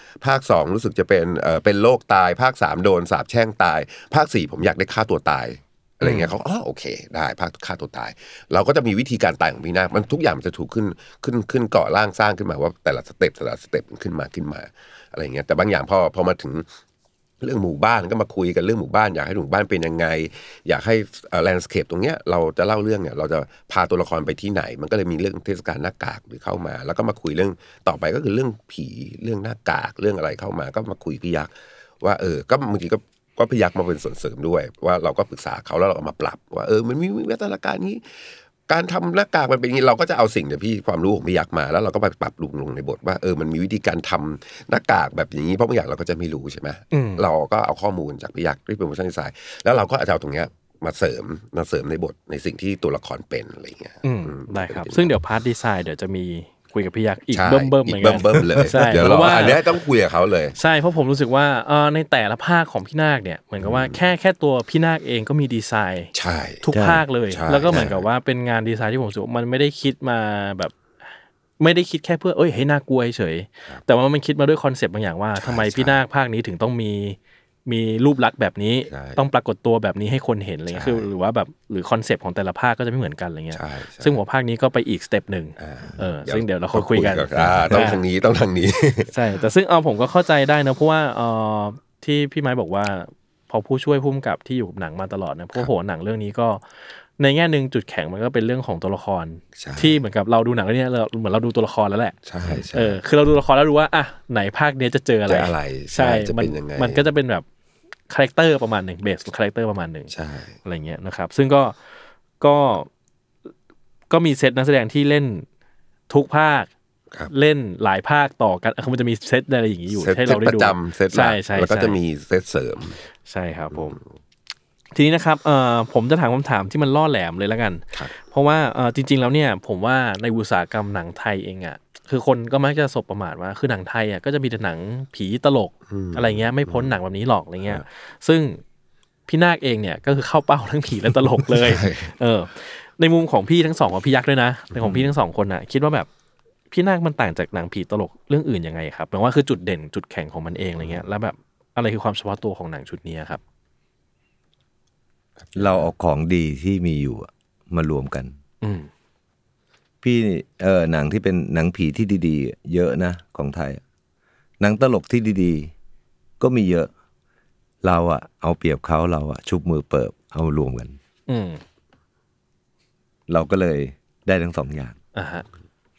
[SPEAKER 4] 2รู้สึกจะเป็นโรคตายภาค3โดนสาปแช่งตายภาค4ผมอยากได้ฆ่าตัวตายอะไรเงี้ยเขาโอเคได้ภาคฆ่าตัวตายเราก็จะมีวิธีการตายของพี่นาคมันทุกอย่างมันจะถูกขึ้นก่อร่างสร้างขึ้นมาว่าแต่ละสเต็ปขึ้นมาอะไรเงี้ยแต่บางอย่างพอมาถึงเรื่องหมู่บ้านก็มาคุยกันเรื่องหมู่บ้านอยากให้หมู่บ้านเป็นยังไงอยากให้แลนด์สเคปตรงเนี้ยเราจะเล่าเรื่องเนี่ยเราจะพาตัวละครไปที่ไหนมันก็เลยมีเรื่องเทศกาลหน้ากากหรือเข้ามาแล้วก็มาคุยเรื่องต่อไปก็คือเรื่องผีเรื่องหน้ากากเรื่องอะไรเข้ามาก็มาคุยพี่ยักษ์ว่าก็บางทีก็พี่ยักษ์มาเป็นส่วนเสริมด้วยว่าเราก็ปรึกษาเขาแล้วเราก็มาปรับว่ามันมีวิวัฒนาการนี้การทำหน้ากากมันเป็นอย่างนี้เราก็จะเอาสิ่งเนี่ยพี่ความรู้ของพี่ยักษ์มาแล้วเราก็ไปปรับลงในบทว่ามันมีวิธีการทำหน้ากากแบบอย่างนี้เพราะบางอย่างเราก็จะไม่รู้ใช่ไหมเราก็เอาข้อมูลจากพี่ยักษ์ที่เป็นผู้ช่วยดีไซน์แล้วเราก็เอาตรงเนี้ยมาเสริมในบทในสิ่งที่ตัวละครเป็นอะไรอย่างเงี้ย
[SPEAKER 3] ได้ครับซึ่งเดี๋ยวพาร์ทดีไซน์เดี๋ยวจะมีคุยกับพี่ยักษ์อีกเบิ่มๆเหมือน
[SPEAKER 4] กันเบิ่มเลยเดี๋ยวอันนี้ต้องคุยกับเขาเลย
[SPEAKER 3] ใช่เพราะผมรู้สึกว่าในแต่ละภาคของพี่นาคเนี่ยเหมือนกับว่าแค่ตัวพี่นาคเองก็มีดีไซน์ทุกภาคเลยแล้วก็เหมือนกับว่าเป็นงานดีไซน์ที่ผมรู้สึกมันไม่ได้คิดมาแบบไม่ได้คิดแค่เพื่อให้น่ากลัวเฉยแต่ว่ามันคิดมาด้วยคอนเซปต์บางอย่างว่าทำไมพี่นาคภาคนี้ถึงต้องมีรูปลักษณ์แบบนี้ต้องปรากฏตัวแบบนี้ให้คนเห็นอะไรเงี้ยคือหรือว่าแบบหรือคอนเซปต์ของแต่ละภาคก็จะไม่เหมือนกันอะไรเงี้ยซึ่งหัวภาคนี้ก็ไปอีกสเต็ปนึงซึ่งเดี๋ยวเราคุยกัน
[SPEAKER 4] ต้องทางนี้
[SPEAKER 3] ใช่แต่ซึ่งผมก็เข้าใจได้นะเพราะว่าที่พี่ไม้บอกว่าพอผู้ช่วยผู้กำกับที่อยู่กับหนังมาตลอดนะเพราะโหหนังเรื่องนี้ก็ในแง่นึงจุดแข็งมันก็เป็นเรื่องของตัวละครที่เหมือนกับเราดูหนังเรื่องนี้เราเหมือนเราดูตัวละครแล้วแหละ
[SPEAKER 4] ใช่
[SPEAKER 3] คือเราดูละครแล้วรู้ว่าไหนภาคนี้จะเจออะไรใช่มันก็จะเป็นแบบคาแรคเตอร์ประมาณหนึ่งเบสคาแรคเตอร์ประมาณหนึ่งอะไรเงี้ยนะครับซึ่งก็มีเซตนักแสดงที่เล่นทุกภาคเล่นหลายภาคต่อกันมันจะมีเซตอะไรอย่างนี้อยู่ให้เราได้ดู
[SPEAKER 4] ใช่แล้วก็จะมีเซตเสริม
[SPEAKER 3] ใช่ครับผมทีนี้นะครับผมจะถามคำถามที่มันล่อแหลมเลยแล้วกันเพราะว่าจริงๆแล้วเนี่ยผมว่าในอุตสาหกรรมหนังไทยเองอ่ะคือคนก็มักจะสบประมาทว่าคือหนังไทยอ่ะก็จะมีแต่หนังผีตลกอะไรเงี้ยไม่พ้นหนังแบบนี้หรอกอะไรเงี้ยซึ่งพี่นาคเองเนี่ยก็คือเข้าเป้าทั้งผีและตลกเลยในมุมของพี่ทั้งสองกับพี่ยักษ์ด้วยนะในของพี่ทั้งสองคนน่ะคิดว่าแบบพี่นาคมันต่างจากหนังผีตลกเรื่องอื่นยังไงครับแปลว่าคือจุดเด่นจุดแข็งของมันเองอะไรเงี้ยแล้วแบบอะไรคือความเฉพาะตัวของหนังชุดนี้ครับ
[SPEAKER 5] เราเอาของดีที่มีอยู่มารวมกันพี่หนังที่เป็นหนังผีที่ดีๆเยอะนะของไทยหนังตลกที่ดีๆก็มีเยอะเราเอาเปรียบเขาเราชุบมือเปิบเอารวมกันเราก็เลยได้ทั้งสองอย่าง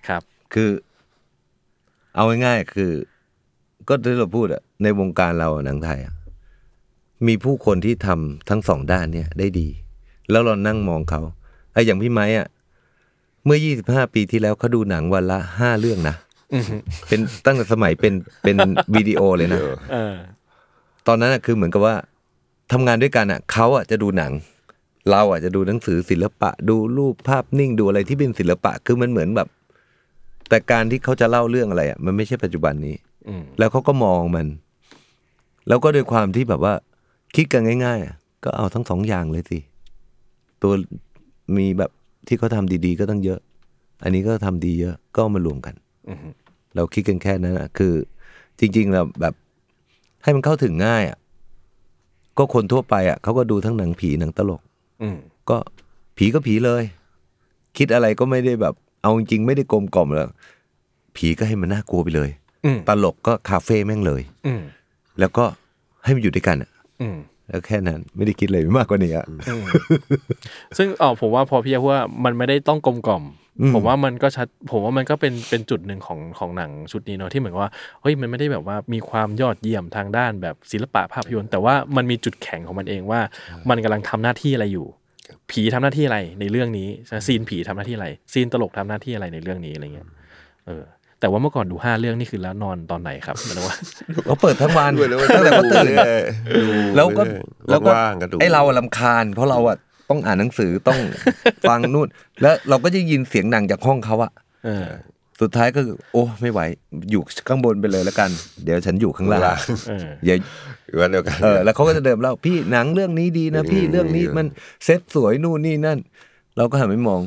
[SPEAKER 3] ครับ
[SPEAKER 5] คือเอาง่ายๆคือก็ที่เราพูดอะในวงการเราหนังไทยอะมีผู้คนที่ทำทั้งสองด้านเนี่ยได้ดีแล้วเรานั่งมองเขาไอ้อย่างพี่ไม้อะเมื่อ25ปีที่แล้วเขาดูหนังวันละ5เรื่องนะเป็นตั้งแต่สมัยเป็นวิดีโอเลยนะตอนนั้นคือเหมือนกับว่าทำงานด้วยกันอะเขาอะจะดูหนังเราอะจะดูหนังสือศิลปะดูรูปภาพนิ่งดูอะไรที่เป็นศิลปะคือมันเหมือนแบบแต่การที่เขาจะเล่าเรื่องอะไรอะมันไม่ใช่ปัจจุบันนี้แล้วเขาก็มองมันแล้วก็ด้วยความที่แบบว่าคิดกันง่ายๆก็เอาทั้งสองอย่างเลยสิตัวมีแบบที่เขาทำดีๆก็ต้องเยอะอันนี้ก็ทำดีเยอะก็มารวมกันเราคิดกันแค่นั้นอะคือจริงๆเราแบบให้มันเข้าถึงง่ายอะก็คนทั่วไปอะเขาก็ดูทั้งหนังผีหนังตลกก็ผีก็ผีเลยคิดอะไรก็ไม่ได้แบบเอาจริงๆไม่ได้กลมกล่อมแล้วผีก็ให้มันน่ากลัวไปเลยตลกก็คาเฟ่แม่งเลยแล้วก็ให้มันอยู่ด้วยกันอ่ะแล้วแค่นั้นไม่ได้คิดอะไรมากกว่านี้อ่ะ
[SPEAKER 3] ซึ่งผมว่าพอพี่พูดว่ามันไม่ได้ต้องกลมกล่อมผมว่ามันก็ชัดผมว่ามันก็เป็นจุดหนึ่งของหนังชุดนี้เนาะที่เหมือนว่าเฮ้ยมันไม่ได้แบบว่ามีความยอดเยี่ยมทางด้านแบบศิลปะภาพยนตร์แต่ว่ามันมีจุดแข็งของมันเองว่ามันกำลังทำหน้าที่อะไรอยู่ผีทำหน้าที่อะไรในเรื่องนี้ซีนผีทำหน้าที่อะไรซีนตลกทำหน้าที่อะไรในเรื่องนี้อะไรเงี้ยแต่ว่าเมื่อก่อนดู5เรื่องนี่คือแล้วนอนตอนไหนครับหมายถึงว่า
[SPEAKER 5] เขาเปิดทั้งวันตั้งแต่เขาตื่นแล้วก็ไอเรารำคาญเพราะเราอะต้องอ่านหนังสือต้องฟังนู่นแล้วเราก็จะยินเสียงดังจากห้องเขาอะสุดท้ายก็โอ้ไม่ไหวอยู่ข้างบนไปเลยแล้วกันเดี๋ยวฉันอยู่ข้างล่างอย่า
[SPEAKER 4] วันเดียวกัน
[SPEAKER 5] แล้วเขาก็จะเดินเล่าพี่หนังเรื่องนี้ดีนะพี่เรื่องนี้มันเซ็ตสวยนู่นนี่นั่นเราก็หันไปมอง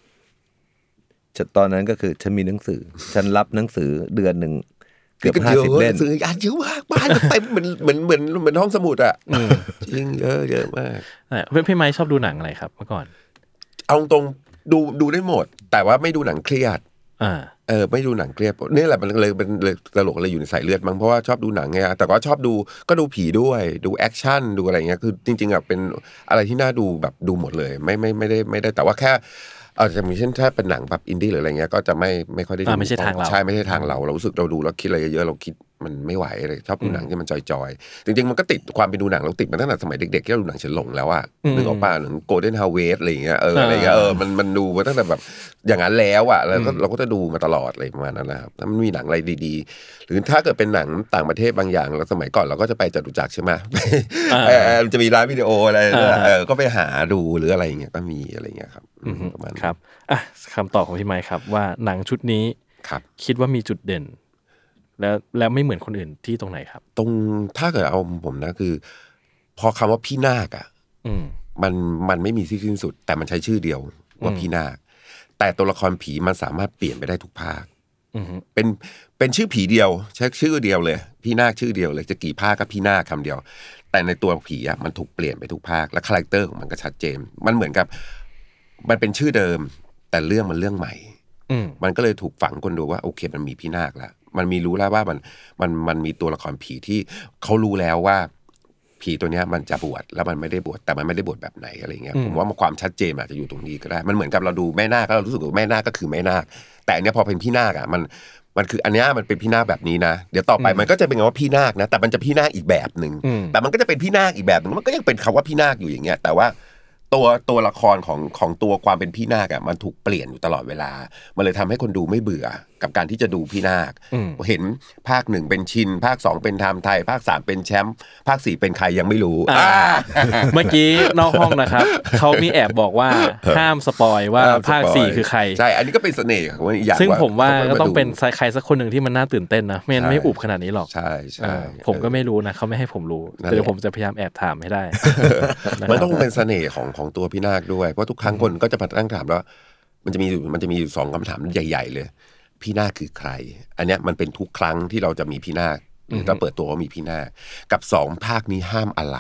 [SPEAKER 5] ตอนนั้นก็คือฉันมีหนังสือฉันรับหนังสือเดือนหนึ่งเกือบ50เล่ม
[SPEAKER 4] ซื้ออ่านเยอะมากบ้านเต็มเหมือนห้องสมุดอ่ะจริงเยอะมาก
[SPEAKER 3] พี่ไม้ชอบดูหนังอะไรครับเมื่อก่อน
[SPEAKER 4] เอาตรงดูได้หมดแต่ว่าไม่ดูหนังเครียดไม่ดูหนังเครียดนี่แหละมันเลยเป็นตลกอะไรอยู่ในสายเลือดมั้งเพราะว่าชอบดูหนังไงแต่ก็ชอบดูผีด้วยดูแอคชั่นดูอะไรเงี้ยคือจริงๆอ่ะเป็นอะไรที่น่าดูแบบดูหมดเลยไม่ได้แต่ว่าแค่จะมีเช่นถ้าเป็นหนังแบบอินดี้หรืออะไรเงี้ยก็จะไม่ค่อยได้ดู
[SPEAKER 3] ไม่ใช่ทางเรา
[SPEAKER 4] ใช่ไม่ใช่ทางเรารู้สึกเราดูแล้วคิดอะไรเยอะๆเราคิดมันไม่ไหวเลยชอบดูหนังที่มันจอยๆจริงๆมันก็ติดความเป็นดูหนังเราติดมาตั้งแต่สมัยเด็กๆที่เราดูหนังเฉินหลงแล้วอะนึกออกป่ะหนัง Golden Harvest อะไรเงี้ยอะไรเงี้ยมันดูมาตั้งแต่แบบอย่างนั้นแล้วอะแล้วก็เราก็จะดูมาตลอดอะไรประมาณนั้นนะครับถ้ามันมีหนังอะไรดีๆหรือถ้าเกิดเป็นหนังต่างประเทศบางอย่างเราสมัยก่อนเราก็จะไปจตุจักรใช่ไหมจะมีร้านวิดีโออะไรก็ไปหาดูหรืออะไรเงี้ยก็มีอะไรเงี้ยครับประมาณ
[SPEAKER 3] ครับคำตอบของพี่ไมค์ครับว่าหนังชุดนี้คิดว่ามีจุดเด่นแล้วไม่เหมือนคนอื่นที่ตรงไหนครับ
[SPEAKER 4] ตรงถ้าเกิดเอาผมนะคือพอคำว่าพี่นาคอ่ะมันไม่มีที่สิ้นสุดแต่มันใช้ชื่อเดียวว่าพี่นาคแต่ตัวละครผีมันสามารถเปลี่ยนไปได้ทุกภาคเป็นชื่อผีเดียวใช้ชื่อเดียวเลยพี่นาคชื่อเดียวเลยจะกี่ภาคก็พี่นาคคำเดียวแต่ในตัวผีอ่ะมันถูกเปลี่ยนไปทุกภาคและคาแรคเตอร์ของมันก็ชัดเจนมันเหมือนกับมันเป็นชื่อเดิมแต่เรื่องมันเรื่องใหม่มันก็เลยถูกฝังคนดูว่าโอเคมันมีพี่นาคแล้วมันมีรู้แล้วว่ามันมีตัวละครผีที่เขารู้แล้วว่าผีตัวเนี้ยมันจะบวชแล้วมันไม่ได้บวชแต่มันไม่ได้บวชแบบไหนอะไรเงี้ยผมว่าความชัดเจนอาจจะอยู่ตรงนี้ก็ได้มันเหมือนกับเราดูแม่นาคก็เรารู้สึกว่าแม่นาคก็คือแม่นาคแต่อันเนี้ยพอเป็นพี่นาคอ่ะมันคืออันเนี้ยมันเป็นพี่นาคแบบนี้นะเดี๋ยวต่อไปมันก็จะเป็นคำว่าพี่นาคนะแต่มันจะพี่นาคอีกแบบนึงแต่มันก็จะเป็นพี่นาคอีกแบบนึงมันก็ยังเป็นคำว่าพี่นาคอยู่อย่างเงี้ยแต่ว่าตัวละครของตัวความเป็นพี่นาคอ่ะมันถูกเปลี่ยนอยู่ตลอดเวลามันเลยทำให้คนดูไม่เบื่อกับการที่จะดูพี่นาคเห็นภาค1เป็นชินภาค2เป็นไทม์ไทยภาค3เป็นแชมป์ภาค4เป็นใครยังไม่รู้
[SPEAKER 3] เมื่อกี้นอกห้องนะครับเขามีแอบบอกว่าห้ามสปอยว่าภาค4คือใคร
[SPEAKER 4] ใช่อันนี้ก็เป็นเสน่ห์ของอีกอย่าง
[SPEAKER 3] ซึ่งผมว่าก็ต้องเป็นใครสักคนหนึ่งที่มันน่าตื่นเต้นนะไม่อุบขนาดนี้หรอก
[SPEAKER 4] ใช่
[SPEAKER 3] ผมก็ไม่รู้นะเขาไม่ให้ผมรู้เดี๋ยวผมจะพยายามแอบถามให้ได้
[SPEAKER 4] มันต้องเป็นเสน่ห์ของตัวพี่นาคด้วยเพราะทุกครั้งคนก็จะมาตั้งถามแล้วมันจะมี2คำถามใหญ่ๆเลยพี่นาคคือใครอันเนี้ยมันเป็นทุกครั้งที่เราจะมีพี่นาคหรือเราเปิดตัวว่ามีพี่นาคกับ2ภาคนี้ห้ามอะไร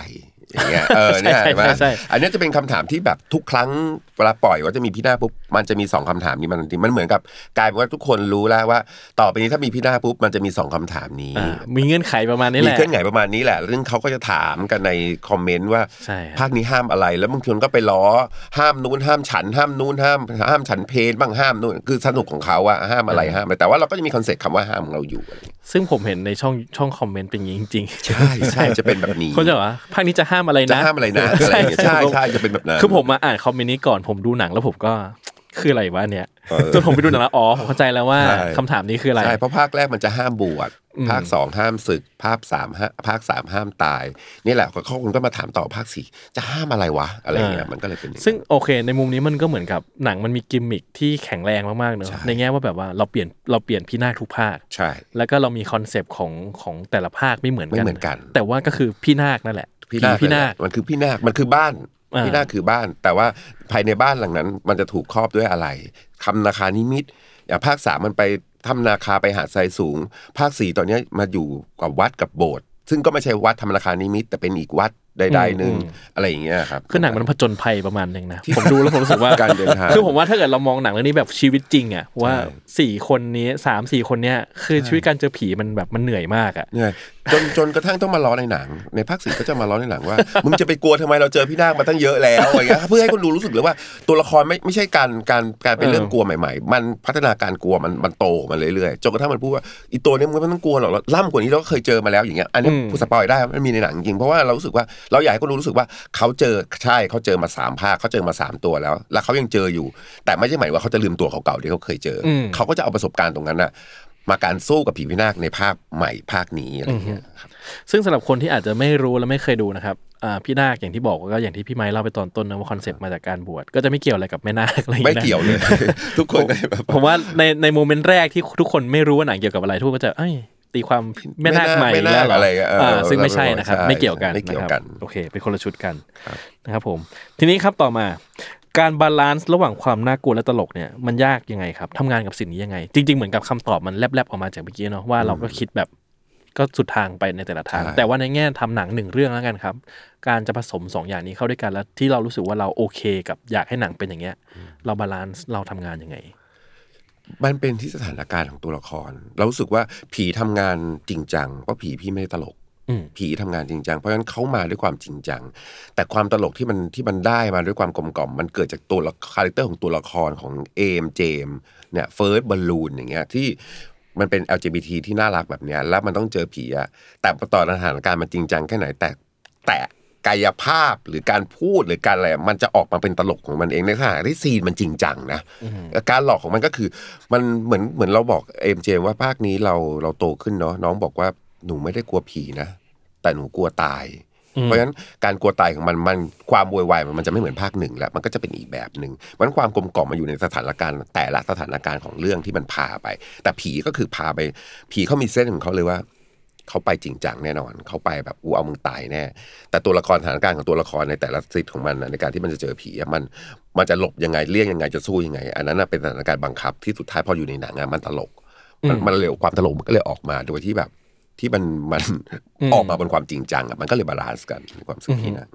[SPEAKER 4] อย่างเงี้ยเนี่ยอันนี้จะเป็นคำถามที่แบบทุกครั้งเวลาปล่อยว่าจะมีพี่นาคปุ๊บมันจะมี2คำถามนี้มันเหมือนกับกลายเป็นว่าทุกคนรู้แล้วว่าต่อไปนี้ถ้ามีพี่นาคปุ๊บมันจะมี2คำถามนี้
[SPEAKER 3] มีเงื่อนไขประมาณนี้แหละ
[SPEAKER 4] มีเงื่อนไขประมาณนี้แหละซึ่งเขาก็จะถามกันในคอมเมนต์ว่าภาคนี้ห้ามอะไรแล้วบางคนก็ไปล้อห้ามนู้นห้ามฉันห้ามนู้นห้ามฉันเพลบ้างห้ามนู้นคือสนุกของเขาอะห้ามอะไรห้ามอะไรแต่ว่าเราก็จะมีคอนเซ็ปต์คำว่าห้ามของเราอยู่
[SPEAKER 3] ซึ่งผมเห็นในช่องคอมเมนต์เป็นอย่างนี้จริง
[SPEAKER 4] ๆใช่จะเป็นแบบนี้
[SPEAKER 3] เขาจะว่าภาคนี้จะห้ามอะไรนะ
[SPEAKER 4] จะห้ามอะไรนะใช่จะเป็นแบบนั้น
[SPEAKER 3] คือผมมาอ่านคอมเมนต์นี้ก่อนผมดูหนังแล้วผมก็คืออะไรวะเนี่ยจนผมไปดูหนังแล้วผมเข้าใจแล้วว่าคำถามนี้คืออะไร
[SPEAKER 4] ใช่เพราะภาคแรกมันจะห้ามบวชภาค2ห้ามศึกภาค3ห้ามตายนี่แหละเขาคนก็มาถามต่อภาค4จะห้ามอะไรวะอะไรเงี้ยมันก็เลยเป็น
[SPEAKER 3] ซึ่งโอเคในมุมนี้มันก็เหมือนกับหนังมันมีกิมมิคที่แข็งแรงมากๆเนอะในแง่ว่าแบบว่าเราเปลี่ยนพี่นาคทุกภาค
[SPEAKER 4] ใช่
[SPEAKER 3] แล้วก็เรามีคอนเซปต์ของแต่ละภาคไม่เหมือนกันแต่ว่าก็คือพี่นาคนั่นแหละ
[SPEAKER 4] พี่นาคมันคือพี่นาคมันคือบ้านพี่นาคคือบ้านแต่ว่าภายในบ้านหลังนั้นมันจะถูกครอบด้วยอะไรคำนาคานิมิตอย่างภาค3มันไปทำนาคาไปหาดทรายสูงภาค4ตอนนี้มาอยู่กับวัดกับโบสถ์ซึ่งก็ไม่ใช่วัดทำนาคานิมิตแต่เป็นอีกวัดใดๆนึงอะไรอย่างเงี้ยครับ
[SPEAKER 3] คือหนังมันผจญภัยประมาณนึงนะผมดูแล้วผมรู้สึกว่า
[SPEAKER 4] การเดินทาง
[SPEAKER 3] คือผมว่าถ้าเกิดเรามองหนังเรื่องนี้แบบชีวิตจริงอ่ะว่า4คนนี้ 3-4 คนเนี้ยคือชีวิตการเจอผีมันแบบมันเหนื่อยมากอ่ะ
[SPEAKER 4] เหนื่อยจนกระทั่งต้องมาล้อในหนังในภาค4ก็จะมาล้อในหนังว่ามึงจะไปกลัวทำไมเราเจอพี่นาคมาตั้งเยอะแล้วอะไรเงี้ยเพื่อให้คนดูรู้สึกเลยว่าตัวละครไม่ใช่การเป็นเรื่องกลัวใหม่ๆมันพัฒนาการกลัวมันโตมาเรื่อยๆจนกระทั่งมันพูดว่าอีตัวนี้มึงไม่ต้องกลัวหรอกล่ำกว่านี้เราก็เคยเจอมาแล้วอย่างเงี้ยอันนี้พูดสปอยได้มันมีในหนังจริงเพราะว่าเรารู้สึกว่าเราอยากให้คนดูรู้สึกว่าเขาเจอมา3ภาคเขาเจอมา3ตัวแล้วเขายังเจออยู่แต่ไม่ใช่หมายว่าเขาจะลืมตัวเก่าๆที่เขาเคยเจอเขาก็จะเอาประสบการณ์ตรงนั้นน่ะมาการสู้กับผีพินาคในภาคใหม่ภาคนี้อะไรเงี้ยครับ
[SPEAKER 3] ซึ่งสำหรับคนที่อาจจะไม่รู้และไม่เคยดูนะครับพี่นาคอย่างที่บอกก็อย่างที่พี่ไมค์เล่าไปตอนต้นนะว่าคอนเซ็ปต์มาจากการบวชก็จะไม่เกี่ยวอะไรกับแม่นาคอะไรอย่างเงี้ย
[SPEAKER 4] ไม่เกี่ยวเลยทุกคน
[SPEAKER 3] ผมว่าในโมเมนต์แรกที่ทุกคนไม่รู้ว่าหนังเกี่ยวกับอะไรทุกคนก็จะตีความแม่นาคใหม่แล้วอะไรซึ่งไม่ใช่นะครับไม่เกี่ยวกันนะครับโอเคเป็นคนละชุดกันนะครับผมทีนี้ครับต่อมาการบาลานซ์ระหว่างความน่ากลัวและตลกเนี่ยมันยากยังไงครับทำงานกับสิ่งนี้ยังไงจริงๆเหมือนกับคำตอบมันแลบๆออกมาจากเมื่อกี้เนาะว่าเราก็คิดแบบก็สุดทางไปในแต่ละทางแต่ว่าในแง่ทำหนัง1เรื่องแล้วกันครับการจะผสม2อย่างนี้เข้าด้วยกันแล้วที่เรารู้สึกว่าเราโอเคกับอยากให้หนังเป็นอย่างเงี้ยเราบาลานซ์เราทำงานยังไง
[SPEAKER 4] มันเป็นที่สถานการณ์ของตัวละครเรารู้สึกว่าผีทำงานจริงจังเพราะผีพี่ไม่ได้ตลกผีทำงานจริงจังเพราะฉะนั้นเขามาด้วยความจริงจังแต่ความตลกที่มันได้มาด้วยความกลมกล่อมมันเกิดจากตัวคาแรคเตอร์ของตัวละครของเจมเนี่ยเฟิร์สบอลลูนอย่างเงี้ยที่มันเป็น LGBT ที่น่ารักแบบเนี้ยแล้วมันต้องเจอผีอะแต่ต่อสถานการณ์มันจริงจังแค่ไหนแต่กายภาพหรือการพูดหรือการอะไรมันจะออกมาเป็นตลกของมันเองในขณะที่ซีนมันจริงจังนะการหลอกของมันก็คือมันเหมือนเราบอกเจมว่าภาคนี้เราโตขึ้นเนาะน้องบอกว่าหนูไม่ได้กลัวผีนะแต่หนูกลัวตายเพราะฉะนั้นการกลัวตายของมันความโวยวายมันจะไม่เหมือนภาค1แล้วมันก็จะเป็นอีกแบบนึงมันความกลมกล่อมมาอยู่ในสถานการณ์แต่ละสถานการณ์ของเรื่องที่มันพาไปแต่ผีก็คือพาไปผีเขามีเส้นของเขาเลยว่าเขาไปจริงจังแน่นอนเขาไปแบบเอามึงตายแน่แต่ตัวละครสถานการณ์ของตัวละครในแต่ละซีนของมันในการที่มันจะเจอผีมันจะหลบยังไงเลี่ยงยังไงจะสู้ยังไงอันนั้นเป็นสถานการณ์บังคับที่สุดท้ายพออยู่ในหนังมันตลกมันเร็วความตลกมันก็เลยออกมาโดยที่แบบที่มันออกมาบนความจริงจังมันก็เลยบาลานซ์กันความสุขที่นะ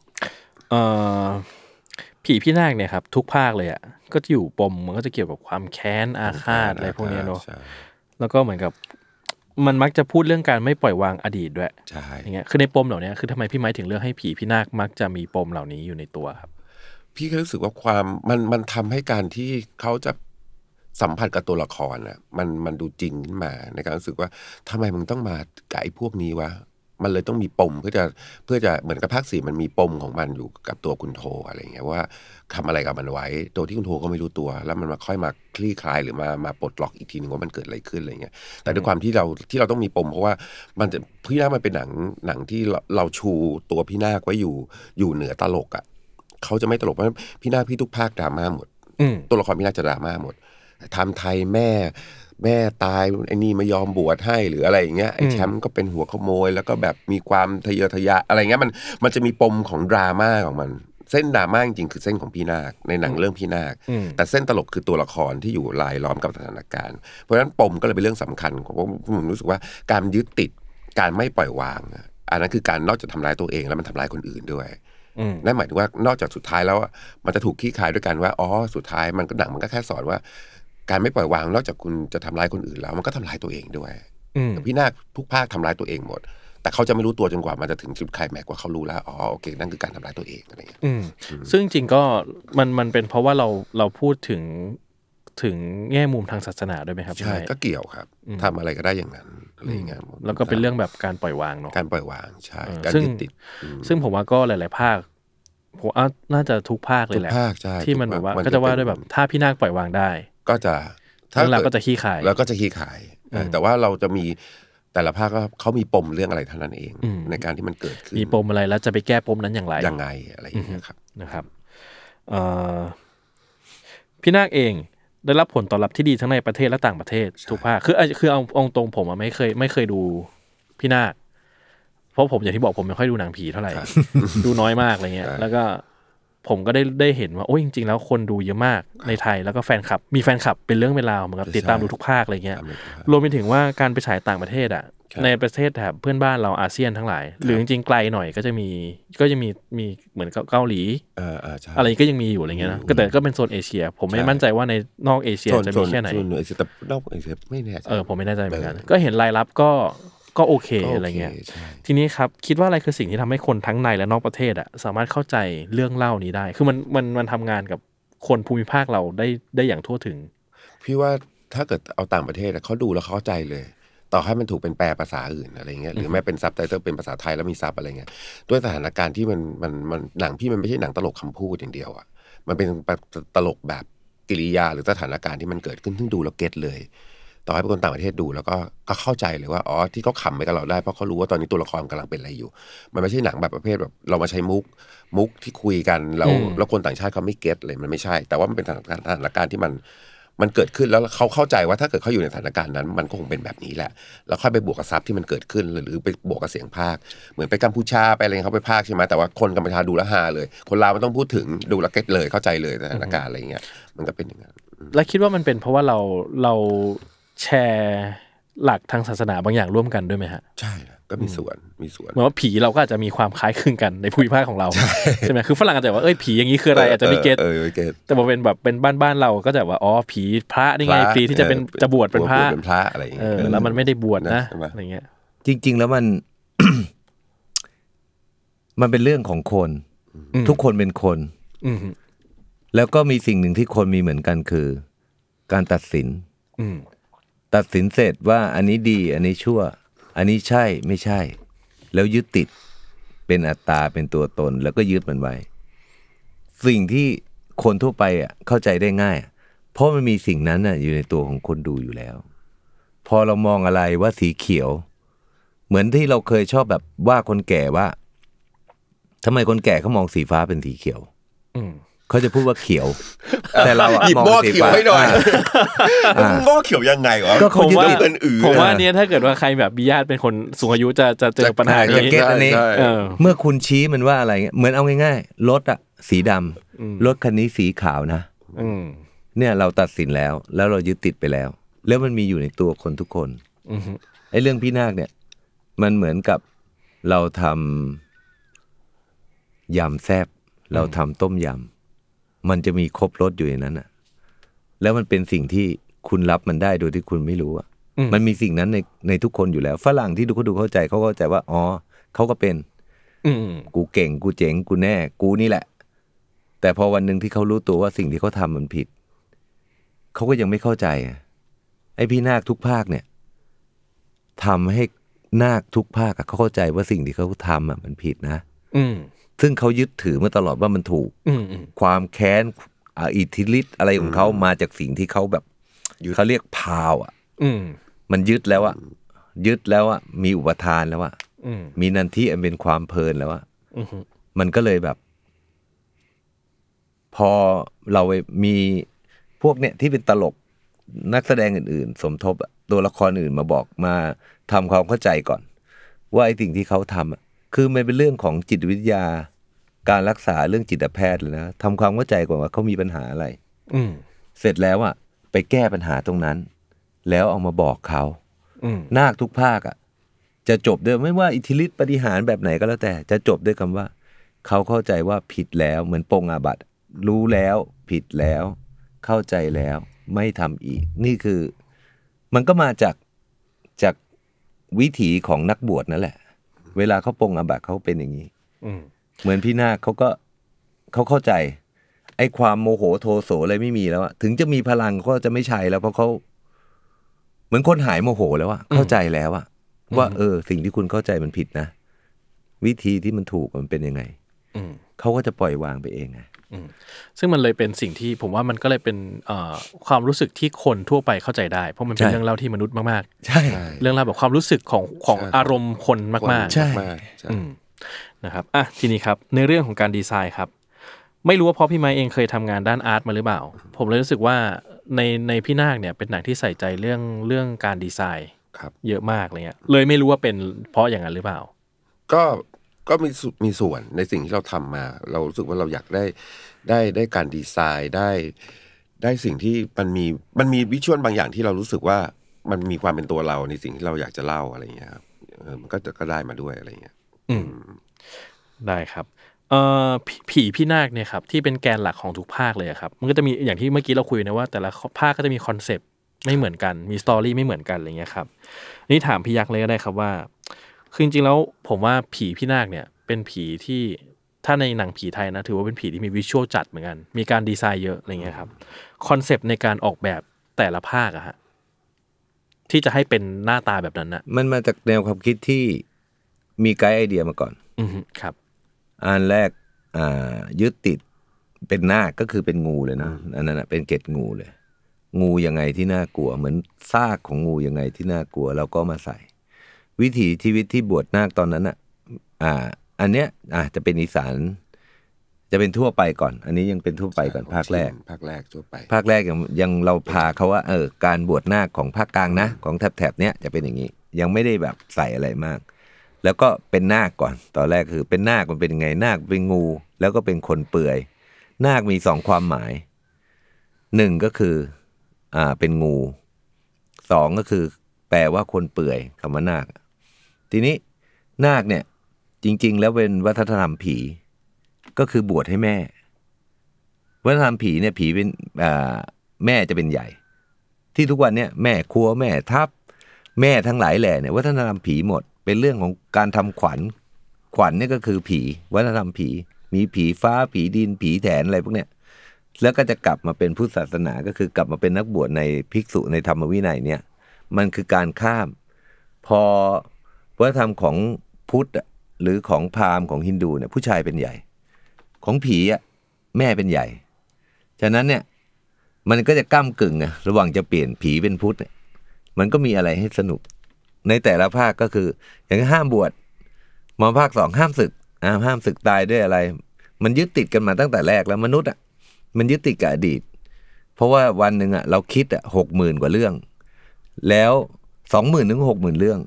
[SPEAKER 3] ผีพี่นาคเนี่ยครับทุกภาคเลยอ่ะก็จะอยู่ปมมันก็จะเกี่ยวกับความแค้นอาฆาตอะไรพวกนี้เนาะแล้วก็เหมือนกับมันมักจะพูดเรื่องการไม่ปล่อยวางอดีตด้วยอย่างเงี้ยคือในปมเหล่านี้คือทำไมพี่ไม้ถึงเลือกให้ผีพี่นาคมักจะมีปมเหล่านี้อยู่ในตัวครับ
[SPEAKER 4] พี่ก็รู้สึกว่าความมันทำให้การที่เขาจะสัมผัสกับตัวละครอ่ะมันดูจริงขึ้นมาในการรู้สึกว่าทำไมมึงต้องมากับไอ้พวกนี้วะมันเลยต้องมีปมเพื่อจะเหมือนกับภาค4มันมีปมของมันอยู่กับตัวคุณโทอะไรเงี้ยว่าทำอะไรกับมันไว้โดยที่คุณโทก็ไม่รู้ตัวแล้วมันมาค่อยมาคลี่คลายหรือมาปลดล็อกอีกทีนึงว่ามันเกิดอะไรขึ้นอะไรเงี้ยแต่ด้วยความที่เราต้องมีปมเพราะว่ามันจะพี่นาคมันเป็นหนังที่เราชูตัวพี่นาคไว้อยู่เหนือตลกอ่ะเขาจะไม่ตลกเพราะพี่นาคพี่ทุกภาคดราม่าหมดตัวละครพี่นาคจะดราม่าหมดทำไทยแม่ตายไอ้นี่ไม่ยอมบวชให้หรืออะไรอย่างเงี้ยไอ้แชมป์ก็เป็นหัวขโมยแล้วก็แบบมีความทะเยอทะยะอะไรเงี้ยมันจะมีปมของดราม่าของมันเส้นดราม่าจริงๆคือเส้นของพี่นาคในหนังเรื่องพี่นาคแต่เส้นตลกคือตัวละครที่อยู่รายล้อมกับสถานการณ์เพราะฉะนั้นปมก็เลยเป็นเรื่องสำคัญเพราะผมรู้สึกว่าการยึดติดการไม่ปล่อยวางอันนั้นคือการนอกจากทำร้ายตัวเองแล้วมันทำร้ายคนอื่นด้วยนั่นหมายถึงว่านอกจากสุดท้ายแล้วมันจะถูกขี้คายด้วยกันว่าอ๋อสุดท้ายมันก็หนังมันก็แค่สอนว่าการไม่ปล่อยวางนอกจากคุณจะทำร้ายคนอื่นแล้วมันก็ทำร้ายตัวเองด้วยพี่นาคทุกภาคทำร้ายตัวเองหมดแต่เขาจะไม่รู้ตัวจนกว่ามันจะถึงจุดไคลแม็กซ์ว่าเขารู้แล้วอ๋อโอเคนั่นคือการทำร้ายตัวเองอะไรอย่างเงี้ย
[SPEAKER 3] ซึ่งจริงก็มันเป็นเพราะว่าเราพูดถึงแง่มุมทางศาสนาด้วยไหมครับ
[SPEAKER 4] ใช่ก็เกี่ยวครับทำอะไรก็ได้อย่างนั้นอะไรอย่างเงี้ย
[SPEAKER 3] แล้วก็เป็นเรื่องแบบการปล่อยวางเนาะ
[SPEAKER 4] การปล่อยวางใช่การยึดติด
[SPEAKER 3] ซึ่งผมว่าก็หลายๆภาคผมน่าจะทุกภาคเลยแหละที่มันแบบว่าก็จะว่าด้วยแบบถ้าพี่นาคปล่อยวางได้
[SPEAKER 4] ก็จะ
[SPEAKER 3] ถ้าเราก็จะขี้ขาย
[SPEAKER 4] แล้วก็จะขี้ขายแต่ว่าเราจะมีแต่ละภาคก็เขามีปมเรื่องอะไรเท่านั้นเองในการที่มันเกิดขึ้น
[SPEAKER 3] มีปมอะไรแล้วจะไปแก้ปมนั้นอย่างไร
[SPEAKER 4] อะไรอย่างเงี้ยครับ
[SPEAKER 3] นะครับพี่นาคเองได้รับผลตอบรับที่ดีทั้งในประเทศและต่างประเทศทุกภาคคือเอาตรงผมไม่เคยดูพี่นาคเพราะผมอย่างที่บอกผมไม่ค่อยดูหนังผีเท่าไหร่ดูน้อยมากอะไรเงี้ยแล้วก็ผมก็ได้เห็นว่าโอ้ยจริงๆแล้วคนดูเยอะมากในไทยแล้วก็แฟนคลับมีแฟนคลับเป็นเรื่องเป็นราวเหมือนกับติดตามดูทุกภาคอะไรเงี้ยรวมไปถึงว่าการไปฉายต่างประเทศอ่ะในประเทศแถบเพื่อนบ้านเราอาเซียนทั้งหลายหรือจริงๆไกลหน่อยก็จะมีเหมือนเกาหลีอะไรก็ยังมีอยู่อะไรเงี้ยนะแต่ก็เป็นโซนเอเชียผมไม่มั่นใจว่าในนอกเอเชียจะมีแค่ไหน
[SPEAKER 4] แต่นอกเอเชียไม่แน่ใจ
[SPEAKER 3] ผมไม่แน่ใจเหมือนกันก็เห็นรายรับก็โอเคอะไรเงี้ยทีนี้ครับคิดว่าอะไรคือสิ่งที่ทำให้คนทั้งในและนอกประเทศอ่ะสามารถเข้าใจเรื่องเล่านี้ได้คือมันทำงานกับคนภูมิภาคเราได้อย่างทั่วถึง
[SPEAKER 4] พี่ว่าถ้าเกิดเอาต่างประเทศเขาดูแล้วเข้าใจเลยต่อให้มันถูกเป็นแปลภาษาอื่นอะไรเงี้ยหรือแม้เป็นซับไตเติลเป็นภาษาไทยแล้วมีซับอะไรเงี้ยด้วยสถานการณ์ที่มันหนังพี่มันไม่ใช่หนังตลกคำพูดอย่างเดียวอ่ะมันเป็นตลกแบบกิริยาหรือสถานการณ์ที่มันเกิดขึ้นซึ่งดูแล้วเก็ตเลยต่อให้เป็นคนต่างประเทศดูแล้วก็เข้าใจเลยว่าอ๋อที่เขาขำไปกับเราได้เพราะเขารู้ว่าตอนนี้ตัวละครกำลังเป็นอะไรอยู่มันไม่ใช่หนังแบบประเภทแบบเรามาใช้มุกที่คุยกันแล้วคนต่างชาติเขาไม่เก็ตเลยมันไม่ใช่แต่ว่ามันเป็นสถานการณ์ที่มันเกิดขึ้นแล้วเขาเข้าใจว่าถ้าเกิดเขาอยู่ในสถานการณ์นั้นมันก็คงเป็นแบบนี้แหละแล้วค่อยไปบวกกับซับที่มันเกิดขึ้นหรือไปบวกกับเสียงพากย์เหมือนไปกัมพูชาไปอะไรเขาไปพากย์ใช่ไหมแต่ว่าคนกัมพูชาดูแล้วฮาเลยคนลาวมันต้องพูดถึงดูแล้วเก็ตเลยเข้าใจเลยสถานการณ์อะไรเงี้ยมันก็เป็นอย่างนั้น
[SPEAKER 3] แล้วคิดว่ามันเป็นเพราะว่าเราแชร์หลักทางศาสนาบางอย่างร่วมกันด้วยไหมฮะ
[SPEAKER 4] ใช่ก็มีส่วน
[SPEAKER 3] เหมือนว่าผีเราก็อาจจะมีความคล้ายคลึงกันในภูมิภาคของเราใช่ไหมคือฝรั่งอาจจะว่าผีอย่างนี้คืออะไรอาจจะไม่เก็ตแต่พอเป็นแบบเป็นบ้านเราก็จะว่าอ๋อผีพระนี่ไงผีที่จะบวชเป็นพ
[SPEAKER 4] ระอะไรอย่างเงี้ย
[SPEAKER 3] แล้วมันไม่ได้บวชนะอะไรเงี้ย
[SPEAKER 5] จริงๆแล้วมัน มันเป็นเรื่องของคนทุกคนเป็นคนแล้วก็มีสิ่งหนึ่งที่คนมีเหมือนกันคือการตัดสินตัดสินเสร็จว่าอันนี้ดีอันนี้ชั่วอันนี้ใช่ไม่ใช่แล้วยึดติดเป็นอัตตาเป็นตัวตนแล้วก็ยึดมันไว้สิ่งที่คนทั่วไปเข้าใจได้ง่ายเพราะมันมีสิ่งนั้นอยู่ในตัวของคนดูอยู่แล้วพอเรามองอะไรว่าสีเขียวเหมือนที่เราเคยชอบแบบว่าคนแก่ว่าทำไมคนแก่เขามองสีฟ้าเป็นสีเขียวเขาจะพูดว่าเขียวแต่เรา
[SPEAKER 4] หยิบหม้อเขียวให้หน่อยหม้อเขียวยังไงวะ
[SPEAKER 5] ก็เขายึดติด
[SPEAKER 3] ผมว่าเนี้ยถ้าเกิดว่าใครแบบมีญาติเป็นคนสูงอายุจะเจอปัญหา
[SPEAKER 5] อย่างนี้เมื่อคุณชี้มันว่าอะไรเหมือนเอาง่ายๆรถสีดำรถคันนี้สีขาวนะเนี่ยเราตัดสินแล้วเรายึดติดไปแล้วแล้วมันมีอยู่ในตัวคนทุกคนไอ้เรื่องพี่นาคเนี่ยมันเหมือนกับเราทำยำแซ่บเราทำต้มยำมันจะมีครบรสอยู่ในนั้นแล้วมันเป็นสิ่งที่คุณรับมันได้โดยที่คุณไม่รู้มันมีสิ่งนั้นในทุกคนอยู่แล้วฝรั่งที่ดูเข้าใจเขาเข้าใจว่าอ๋อเขาก็เป็นกูเก่งกูเจ๋งกูแน่กูนี่แหละแต่พอวันนึงที่เขารู้ตัวว่าสิ่งที่เขาทำมันผิดเขาก็ยังไม่เข้าใจไอ้พี่นาคทุกภาคเนี่ยทำให้นาคทุกภาคเขาเข้าใจว่าสิ่งที่เขาทำมันผิดนะซึ่งเขายึดถือมาตลอดว่ามันถูกความแค้นอิทธิฤทธิ์อะไรของเขามาจากสิ่งที่เขาแบบเขาเรียกพาวมันยึดแล้วยึดแล้วมีอุปทานแล้วมีนันทิอันเป็นความเพลินแล้วมันก็เลยแบบพอเรามีพวกเนี้ยที่เป็นตลกนักแสดงอื่นๆสมทบตัวละครอื่นมาบอกมาทำความเข้าใจก่อนว่าไอ้สิ่งที่เขาทำคือมันเป็นเรื่องของจิตวิทยาการรักษาเรื่องจิตแพทย์เลยนะทำความเข้าใจก่อนว่าเขามีปัญหาอะไรเสร็จแล้วไปแก้ปัญหาตรงนั้นแล้วเอามาบอกเขานาคทุกภาคจะจบด้วยไม่ว่าอิทธิฤทธิปาฏิหาริย์แบบไหนก็แล้วแต่จะจบด้วยคำว่าเขาเข้าใจว่าผิดแล้วเหมือนปงอาบัติรู้แล้วผิดแล้วเข้าใจแล้วไม่ทำอีกนี่คือมันก็มาจากวิถีของนักบวชนั่นแหละเวลาเขาปงอาบัติเขาเป็นอย่างนี้เหมือนพี่นาคเขาเข้าใจไอ้ความโมโหโทโสอะไรไม่มีแล้วอะถึงจะมีพลังก็จะไม่ใช่แล้วเพราะเขาเหมือนคนหายโมโหแล้วอะเข้าใจแล้วอะว่าสิ่งที่คุณเข้าใจมันผิดนะวิธีที่มันถูกมันเป็นยังไงเขาก็จะปล่อยวางไปเองไง
[SPEAKER 3] ซึ่งมันเลยเป็นสิ่งที่ผมว่ามันก็เลยเป็นความรู้สึกที่คนทั่วไปเข้าใจได้เพราะมันเป็นเรื่องเล่าที่มนุษย์มาก
[SPEAKER 5] ๆใช่
[SPEAKER 3] เรื่องเล่าแบบความรู้สึกของอารมณ์คนมากๆ
[SPEAKER 5] ใช่
[SPEAKER 3] นะครับทีนี้ครับในเรื่องของการดีไซน์ครับไม่รู้ว่าเพราะพี่ไม้เองเคยทำงานด้านอาร์ตมาหรือเปล่าผมเลยรู้สึกว่าในพี่นาคเนี่ยเป็นหนังที่ใส่ใจเรื่องการดีไซน์เยอะมากเลยเลยไม่รู้ว่าเป็นเพราะอย่างนั้นหรือเปล่า
[SPEAKER 4] ก็มีส่วนในสิ่งที่เราทำมาเรารู้สึกว่าเราอยากได้การดีไซน์ได้สิ่งที่มันมีวิชวลบางอย่างที่เรารู้สึกว่ามันมีความเป็นตัวเราในสิ่งที่เราอยากจะเล่าอะไรอย่างเงี้ยครับมันก็ได้มาด้วยอะไรอย่างเงี้ย
[SPEAKER 3] ได้ครับผีพี่นาคเนี่ยครับที่เป็นแกนหลักของทุกภาคเลยครับมันก็จะมีอย่างที่เมื่อกี้เราคุยนะว่าแต่ละภาคก็จะมีคอนเซปต์ไม่เหมือนกันมีสตอรี่ไม่เหมือนกันอะไรเงี้ยครับนี่ถามพี่ยักษ์เลยก็ได้ครับว่าคือจริงๆแล้วผมว่าผีพี่นาคเนี่ยเป็นผีที่ถ้าในหนังผีไทยนะถือว่าเป็นผีที่มีวิชวลจัดเหมือนกันมีการดีไซน์เยอะอะไรเงี้ยครับคอนเซปต์ในการออกแบบแต่ละภาคอะฮะที่จะให้เป็นหน้าตาแบบนั้นนะ
[SPEAKER 5] มันมาจากแนวความคิดที่มีไกด์ไอเดียมาก่อน
[SPEAKER 3] ครับ
[SPEAKER 5] อันแรกยึดติดเป็นนาคก็คือเป็นงูเลยนะอันนั้นเป็นเกล็ดงูเลยงูยังไงที่น่ากลัวเหมือนซากของงูยังไงที่น่ากลัวเราก็มาใส่วิถีชีวิตที่บวชนาคตอนนั้นอันเนี้ยจะเป็นอีสานจะเป็นทั่วไปก่อนอันนี้ยังเป็นทั่วไปก่อนภาคแรก
[SPEAKER 4] ทั่วไป
[SPEAKER 5] ภาคแรกยังเราพาเขาว่าการบวชนาคของภาคกลางนะของแถบเนี้ยจะเป็นอย่างนี้ยังไม่ได้แบบใส่อะไรมากแล้วก็เป็นนาคก่อนตอนแรกคือเป็นนาคมันเป็นยังไงนาคเป็นงูแล้วก็เป็นคนเปื่อยนาคมี2ความหมาย1ก็คือเป็นงู2ก็คือแปลว่าคนเปื่อยคำว่านาคทีนี้นาคเนี่ยจริงๆแล้วเป็นวัฒนธรรมผีก็คือบวชให้แม่วัฒนธรรมผีเนี่ยผีเป็นแม่จะเป็นใหญ่ที่ทุกวันเนี่ยแม่ครัวแม่ทัพแม่ทั้งหลายแหล่เนี่ยวัฒนธรรมผีหมดเป็นเรื่องของการทำขวัญเนี่ยก็คือผีวัฒนธรรมผีมีผีฟ้าผีดินผีแถนอะไรพวกเนี้ยแล้วก็จะกลับมาเป็นพุทธศาสนาก็คือกลับมาเป็นนักบวชในภิกษุในธรรมวินัยเนี่ยมันคือการข้ามพอวัฒนธรรมของพุทธหรือของพราหมณ์ของฮินดูเนี่ยผู้ชายเป็นใหญ่ของผีแม่เป็นใหญ่ฉะนั้นเนี่ยมันก็จะก้ำกึ่งระหว่างจะเปลี่ยนผีเป็นพุทธเนี่ยมันก็มีอะไรให้สนุกในแต่ละภาคก็คืออย่างห้ามบวชมาภาค2ห้ามศึกตายด้วยอะไรมันยึดติดกันมาตั้งแต่แรกแล้วมนุษย์มันยึดติดกับอดีตเพราะว่าวันหนึ่งเราคิด60,000 กว่าเรื่องแล้ว 20,000 ถึง 60,000 เรื่อง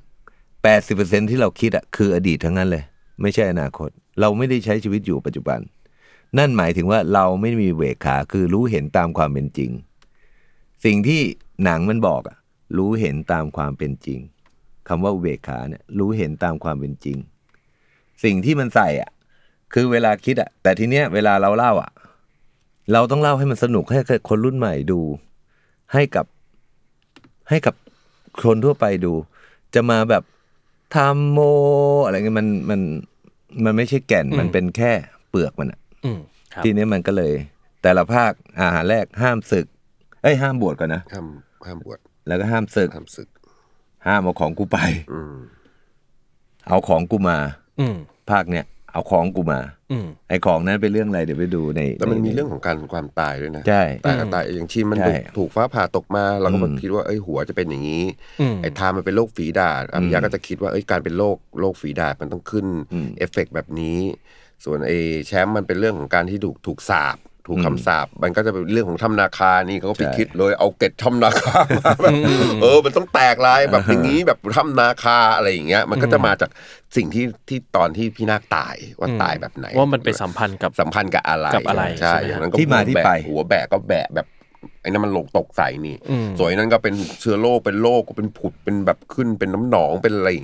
[SPEAKER 5] 80% ที่เราคิดคืออดีตทั้งนั้นเลยไม่ใช่อนาคตเราไม่ได้ใช้ชีวิตอยู่ปัจจุบันนั่นหมายถึงว่าเราไม่มีเวขาคือรู้เห็นตามความเป็นจริงสิ่งที่หนังมันบอกรู้เห็นตามความเป็นจริงคำว่าเวขาเนี่ยรู้เห็นตามความเป็นจริงสิ่งที่มันใส่คือเวลาคิดแต่ทีเนี้ยเวลาเราเล่าเราต้องเล่าให้มันสนุกให้คนรุ่นใหม่ดูให้กับคนทั่วไปดูจะมาแบบทำโมอะไรเงี้ยมันไม่ใช่แก่นมันเป็นแค่เปลือกมันทีนี้มันก็เลยแต่ละภาคแรกห้ามศึกห้ามบวชก่อนนะ
[SPEAKER 4] ห้ามบวช
[SPEAKER 5] แล้วก็ห้ามศึกห้ามเอาของกูไปเอาของกูมาภาคเนี้ยเอาของกูมาไอ้ของนั้นเป็นเรื่องอะไรเดี๋ยวไปดูใน
[SPEAKER 4] แต่มันมีเรื่องของการความตายด้วยนะ
[SPEAKER 5] ใช่
[SPEAKER 4] ตายอย่างชิ้นมันถูกฟ้าผ่าตกมาเราก็คิดว่าหัวจะเป็นอย่างนี้ไอ้ทามันเป็นโรคฝีดาษอภิยาก็จะคิดว่าการเป็นโรคฝีดาษมันต้องขึ้นเอฟเฟกต์แบบนี้ส่วนไอ้แชมป์มันเป็นเรื่องของการที่ถูกสาปถูกคำสาปมันก็จะเป็นเรื่องของถ้ำนาคานี่เขาก็ไปคิดเลยเอาเกล็ดถ้ำนาคามาแบบมันต้องแตกลายแบบอย่างนี้แบบถ้ำนาคาอะไรอย่างเงี้ยมันก็จะมาจากสิ่งที่ตอนที่พี่นาคตายว่าตายแบบไหน
[SPEAKER 3] ว่ามันไปสัมพันธ์กับ
[SPEAKER 4] อะไรใช่
[SPEAKER 5] ที่มาที่ไป
[SPEAKER 4] หัวแบกก็แบกแบบไอ้นั่นมันลงตกใส่นี่ส่วนนั้นก็เป็นเชื้อโรคเป็นโรคก็เป็นผุดเป็นแบบขึ้นเป็นน้ำหนองเป็นอะไรอย่างเงี้ย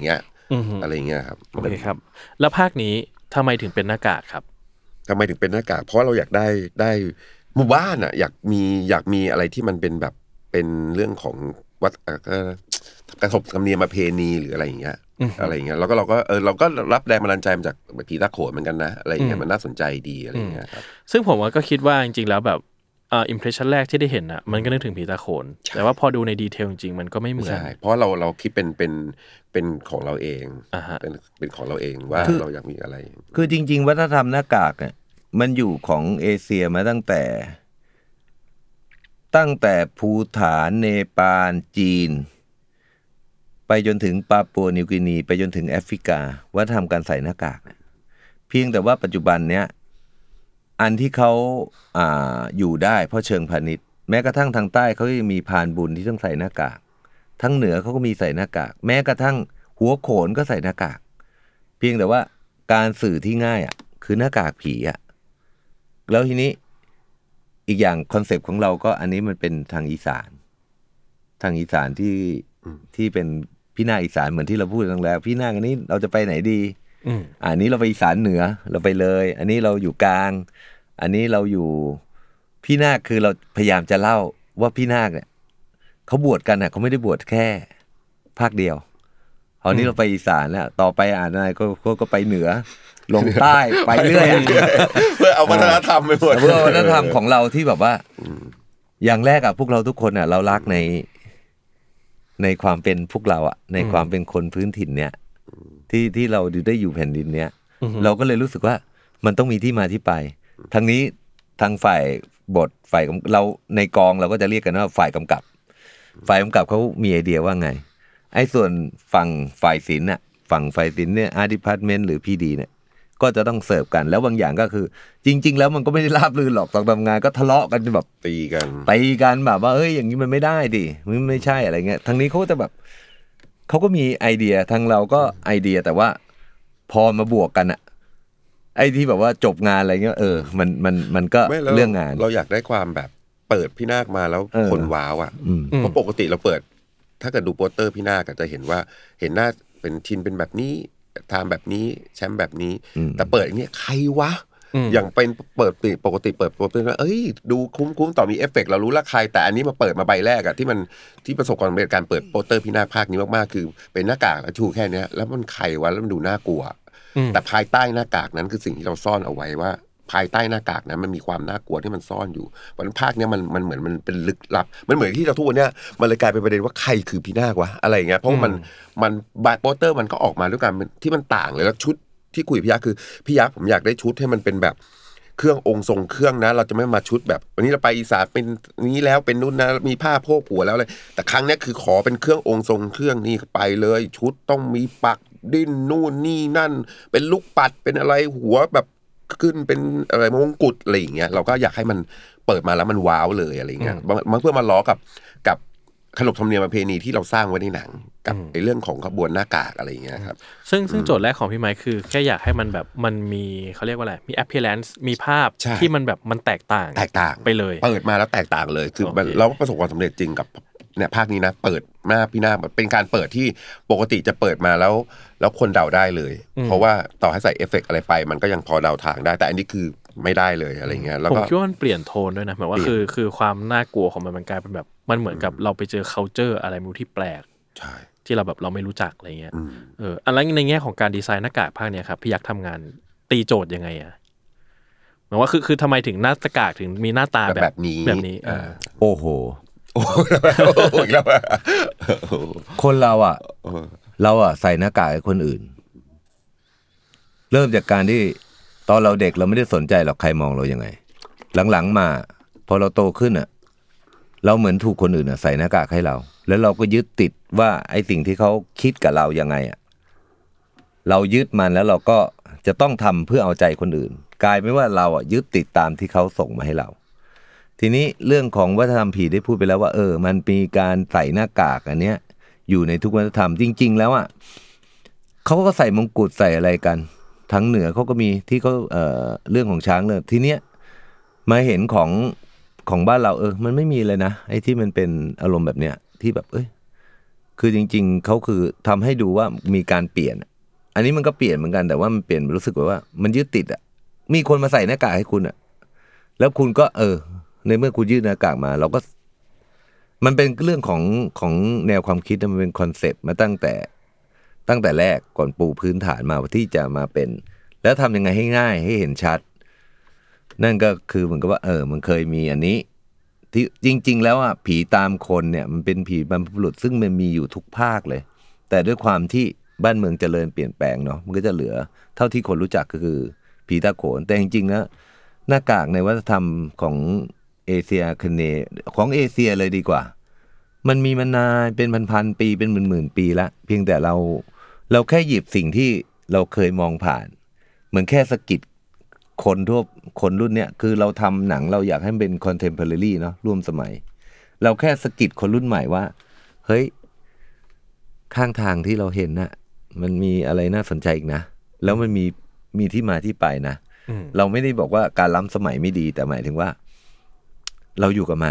[SPEAKER 4] อะไรเงี้ยครับ
[SPEAKER 3] โอเคครับแล้วภาคนี้ทำไมถึงเป็นหน้ากากครับ
[SPEAKER 4] ทำไมถึงเป็นหน้ากากเพราะเราอยากได้หมู่บ้านอ่ะอยากมีอะไรที่มันเป็นแบบเป็นเรื่องของวัดกระทบธรรมเนียมประเพณีหรืออะไรอย่างเงี้ยแล้วก็เราก็รับแรงบันดาลใจมาจากผีตาโขนเหมือนกันนะอะไรอย่างเงี้ยมันน่าสนใจดีอะไรอย่างเงี้ยครับ
[SPEAKER 3] ซึ่งผมก็คิดว่าจริงๆแล้วแบบอิมเพรสชั่นแรกที่ได้เห็นอ่ะมันก็นึกถึงผีตาโขนแต่ว่าพอดูในดีเทลจริงๆมันก็ไม่เหมือน
[SPEAKER 4] ใช่เพราะเราคิดเป็นของเราเองเป็นของเราเองว่าเราอยากมีอะไร
[SPEAKER 5] คือจริงๆวัฒนธรรมหน้ากากเนี่ยมันอยู่ของเอเชียมาตั้งแต่ภูฏานเนปาลจีนไปจนถึงปาปัวนิวกินีไปจนถึงแอฟริกาวัฒนธรรมการใส่หน้ากากเนี่ยเพียงแต่ว่าปัจจุบันเนี้ยอันที่เขาอยู่ได้เพราะเชิงพาณิชย์แม้กระทั่งทางใต้เขายังมีพานบุญที่ต้องใส่หน้ากากทั้งเหนือเขาก็มีใส่หน้ากากแม้กระทั่งหัวโขนก็ใส่หน้ากากเพียงแต่ว่าการสื่อที่ง่ายคือหน้ากากผีแล้วทีนี้อีกอย่างคอนเซปต์ของเราก็อันนี้มันเป็นทางอีสานที่เป็นพี่นาคอีสานเหมือนที่เราพูดกันแล้วพี่นาคอันนี้เราจะไปไหนดีอันนี้เราไปอีสานเหนือเราไปเลยอันนี้เราอยู่กลางอันนี้เราอยู่พี่นาคคือเราพยายามจะเล่าว่าพี่นาคเนี่ยเขาบวชกันเขาไม่ได้บวชแค่ภาคเดียวคราวนี้เราไปอีสานแล้วต่อไปอะไรก็ไปเหนือลงใต้ไปเรื่อย
[SPEAKER 4] เพื่อเอาวัฒนธรรมไปหมด
[SPEAKER 5] เพื่อวัฒนธรรมของเราที่แบบว่าอย่างแรกพวกเราทุกคนเรารักในความเป็นพวกเราในความเป็นคนพื้นถิ่นเนี่ยที่เราได้อยู่แผ่นดินเนี้ยเราก็เลยรู้สึกว่ามันต้องมีที่มาที่ไปทั้งนี้ทางฝ่ายบทฝ่ายเราในกองเราก็จะเรียกกันว่าฝ่ายกำกับเขามีไอเดียว่าไงไอ้ส่วนฝั่งฝ่ายศิลป์ฝั่งฝ่ายศิลป์เนี่ยอาร์ตดีพาร์ตเมนต์หรือพีดีเนี่ยก็จะต้องเสิร์ฟกันแล้วบางอย่างก็คือจริงๆแล้วมันก็ไม่ได้ราบรื่นหรอกตอนทำงานก็ทะเลาะกันแบบ
[SPEAKER 4] ตี
[SPEAKER 5] กันแบบว่าอย่างนี้มันไม่ได้ดิมันไม่ใช่อะไรเงี้ยทางนี้เขาจะแบบเขาก็มีไอเดียทางเราก็ไอเดียแต่ว่าพอมาบวกกันไอ้ที่แบบว่าจบงานอะไรเงี้ยมันก็เรื่องงาน
[SPEAKER 4] เราอยากได้ความแบบเปิดพี่นาคมาแล้วคนว้าวเพราะปกติเราเปิดถ้าเกิดดูโปสเตอร์พี่นาคก็จะเห็นว่าเห็นหน้าเป็นชินเป็นแบบนี้ทำแบบนี้แชมป์แบบนี้แต่เปิดอย่างนี้ใครวะอย่างเป็นเปิดปกติเปิดโปสเตอร์ว่าดูคุ้มต่อมีเอฟเฟกต์เรารู้ละใครแต่อันนี้มาเปิดมาใบแรกที่ประสบความสำเร็จการเปิดโปสเตอร์พี่นาคภาคนี้มากๆคือเป็นหน้ากากแล้วชูแค่นี้แล้วมันใครวะแล้วมันดูน่ากลัวแต่ภายใต้หน้ากากนั้นคือสิ่งที่เราซ่อนเอาไว้ว่าภายใต้หน้ากากนั้นมันมีความน่ากลัวที่มันซ่อนอยู่เพราะฉะนั้นภาคนี้มันเหมือนมันเป็นลึกลับมันเหมือนที่เราทุกวันนี้มันเลยกลายเป็นประเด็นว่าใครคือพี่นาควะอะไรอย่างเงี้ยเพราะมันโปสเตอร์มันก็ออกมาด้วยกันที่มันต่างเลยแล้วชุดที่คุยพี่ยักษ์คือพี่ยักษ์ผมอยากได้ชุดให้มันเป็นแบบเครื่ององค์ทรงเครื่องนะเราจะไม่มาชุดแบบวันนี้เราไปอีสานเป็นนี้แล้วเป็นนู่นนะมีผ้าโพกหัวแล้วเลยแต่ครั้งนี้คือขอเป็นเครื่ององค์ทรงเครื่องนี่ไปเลยชุดต้องมีปักดิ้นนู่นนี่นั่นเป็นลูกปัดเป็นอะไรหัวแบบขึ้นเป็นอะไรมงกุฎอะไรอย่างเงี้ยเราก็อยากให้มันเปิดมาแล้วมันว้าวเลยอะไรเงี้ยมันเพื่อมาล้อกับขนบธรรมเนียมประเพณีที่เราสร้างไว้ในหนังกับในเรื่องของขบวนหน้ากากอะไรอย่างเงี้ยครับ
[SPEAKER 3] ซึ่งโจทย์แรกของพี่ไมค์คือแค่อยากให้มันแบบมันมีเขาเรียกว่าอะไรมี appearance มีภาพที่มันแบบมันแตกต่างไปเลย
[SPEAKER 4] เปิดมาแล้วแตกต่างเลยคือเราประสบความสำเร็จจริงกับเนี่ยภาคนี้นะเปิดหน้าพี่นาคเป็นการเปิดที่ปกติจะเปิดมาแล้วคนเดาได้เลยเพราะว่าต่อให้ใส่เอฟเฟกต์อะไรไปมันก็ยังพอเดาทางได้แต่อันนี้คือไม่ได้เลยอะไรเงี้ยแล้วก็
[SPEAKER 3] ผมคิดว่ามันเปลี่ยนโทนด้วยนะหมายว่าคือความน่ากลัวของมันกลายเป็นแบบมันเหมือนกับเราไปเจอ culture อะไรไม่รู้ที่แปลกที่เราแบบเราไม่รู้จักอะไรเงี้ยอะไรในแง่ของการดีไซน์หน้ากากภาคเนี้ยครับพี่ยักษ์ทำงานตีโจทย์ยังไงหมายว่าคือทำไมถึงหน้ากากถึงมีหน้าตาแบบนี้
[SPEAKER 5] โอ้โหคนเราใส่หน้ากากให้คนอื่นเริ่มจากการที่ตอนเราเด็กเราไม่ได้สนใจหรอกใครมองเรายังไงหลังๆมาพอเราโตขึ้นเราเหมือนถูกคนอื่นใส่หน้ากากให้เราแล้วเราก็ยึดติดว่าไอ้สิ่งที่เขาคิดกับเรายังไงเรายึดมันแล้วเราก็จะต้องทำเพื่อเอาใจคนอื่นกลายเป็นว่าเรายึดติดตามที่เขาส่งมาให้เราทีนี้เรื่องของวัฒนธรรมผีได้พูดไปแล้วว่ามันมีการใส่หน้ากากอันเนี้ยอยู่ในทุกวัฒนธรรมจริงๆแล้วเขาก็ใส่มงกุฎใส่อะไรกันทั้งเหนือเขาก็มีที่เขาเรื่องของช้างเลยทีเนี้ยมาเห็นของบ้านเรามันไม่มีเลยนะไอ้ที่มันเป็นอารมณ์แบบเนี้ยที่แบบคือจริงๆเขาคือทำให้ดูว่ามีการเปลี่ยนอันนี้มันก็เปลี่ยนเหมือนกันแต่ว่ามันเปลี่ยนรู้สึกว่ามันยึดติดมีคนมาใส่หน้ากากให้คุณแล้วคุณก็ในเมื่อคุณยื่นหน้ากากมาเราก็มันเป็นเรื่องของแนวความคิดมันเป็นคอนเซปต์มาตั้งแต่แรกก่อนปูพื้นฐานมาที่จะมาเป็นแล้วทำยังไงให้ง่ายให้เห็นชัดนั่นก็คือเหมือนกับว่ามันเคยมีอันนี้ที่จริงๆแล้วผีตามคนเนี่ยมันเป็นผีบรรพบุรุษซึ่งมันมีอยู่ทุกภาคเลยแต่ด้วยความที่บ้านเมืองเจริญเปลี่ยนแปลงเนาะมันก็จะเหลือเท่าที่คนรู้จักก็คือผีตาโขนแต่จริงๆแล้วหน้ากากในวัฒนธรรมของเอเชียคเนของเอเชียเลยดีกว่ามันมีมานานเป็นพันๆปีเป็นหมื่นๆปีละเพียงแต่เราแค่หยิบสิ่งที่เราเคยมองผ่านเหมือนแค่สะกิดคนรุ่นเนี้ยคือเราทำหนังเราอยากให้มันเป็น contemporary เนาะร่วมสมัยเราแค่สะกิดคนรุ่นใหม่ว่าเฮ้ยข้างทางที่เราเห็นน่ะมันมีอะไรน่าสนใจอีกนะแล้วมันมีที่มาที่ไปนะเราไม่ได้บอกว่าการล้ำสมัยไม่ดีแต่หมายถึงว่าเราอยู่กับมัน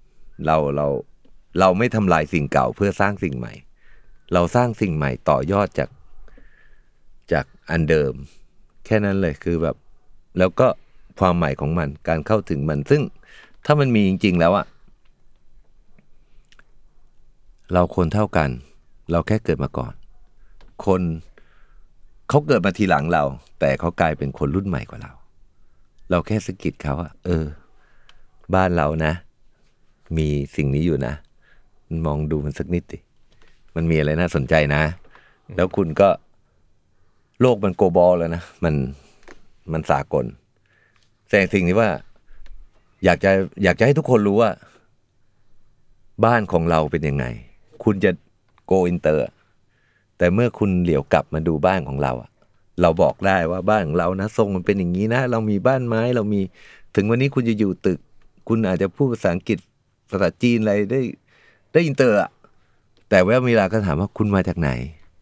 [SPEAKER 5] เราไม่ทำลายสิ่งเก่าเพื่อสร้างสิ่งใหม่เราสร้างสิ่งใหม่ต่อยอดจากอันเดิมแค่นั้นเลยคือแบบแล้วก็ความใหม่ของมันการเข้าถึงมันซึ่งถ้ามันมีจริงๆแล้วเราคนเท่ากันเราแค่เกิดมาก่อนคนเขาเกิดมาทีหลังเราแต่เขากลายเป็นคนรุ่นใหม่กว่าเราแค่สะกิดเขาบ้านเรานะมีสิ่งนี้อยู่นะมองดูมันสักนิดดิมันมีอะไรน่าสนใจนะแล้วคุณก็โลกมันโกลบอลแล้วนะมันสากลแต่สิ่งที่ว่าอยากจะให้ทุกคนรู้ว่าบ้านของเราเป็นยังไงคุณจะโกอินเตอร์แต่เมื่อคุณเหลียวกลับมาดูบ้านของเราเราบอกได้ว่าบ้านของเรานะทรงมันเป็นอย่างนี้นะเรามีบ้านไม้เรามีถึงวันนี้คุณจะอยู่ตึกคุณอาจจะพูดภาษาอังกฤษภาษาจีนอะไรได้อินเตอร์แต่ว่าเวลาก็ถามว่าคุณมาจากไหน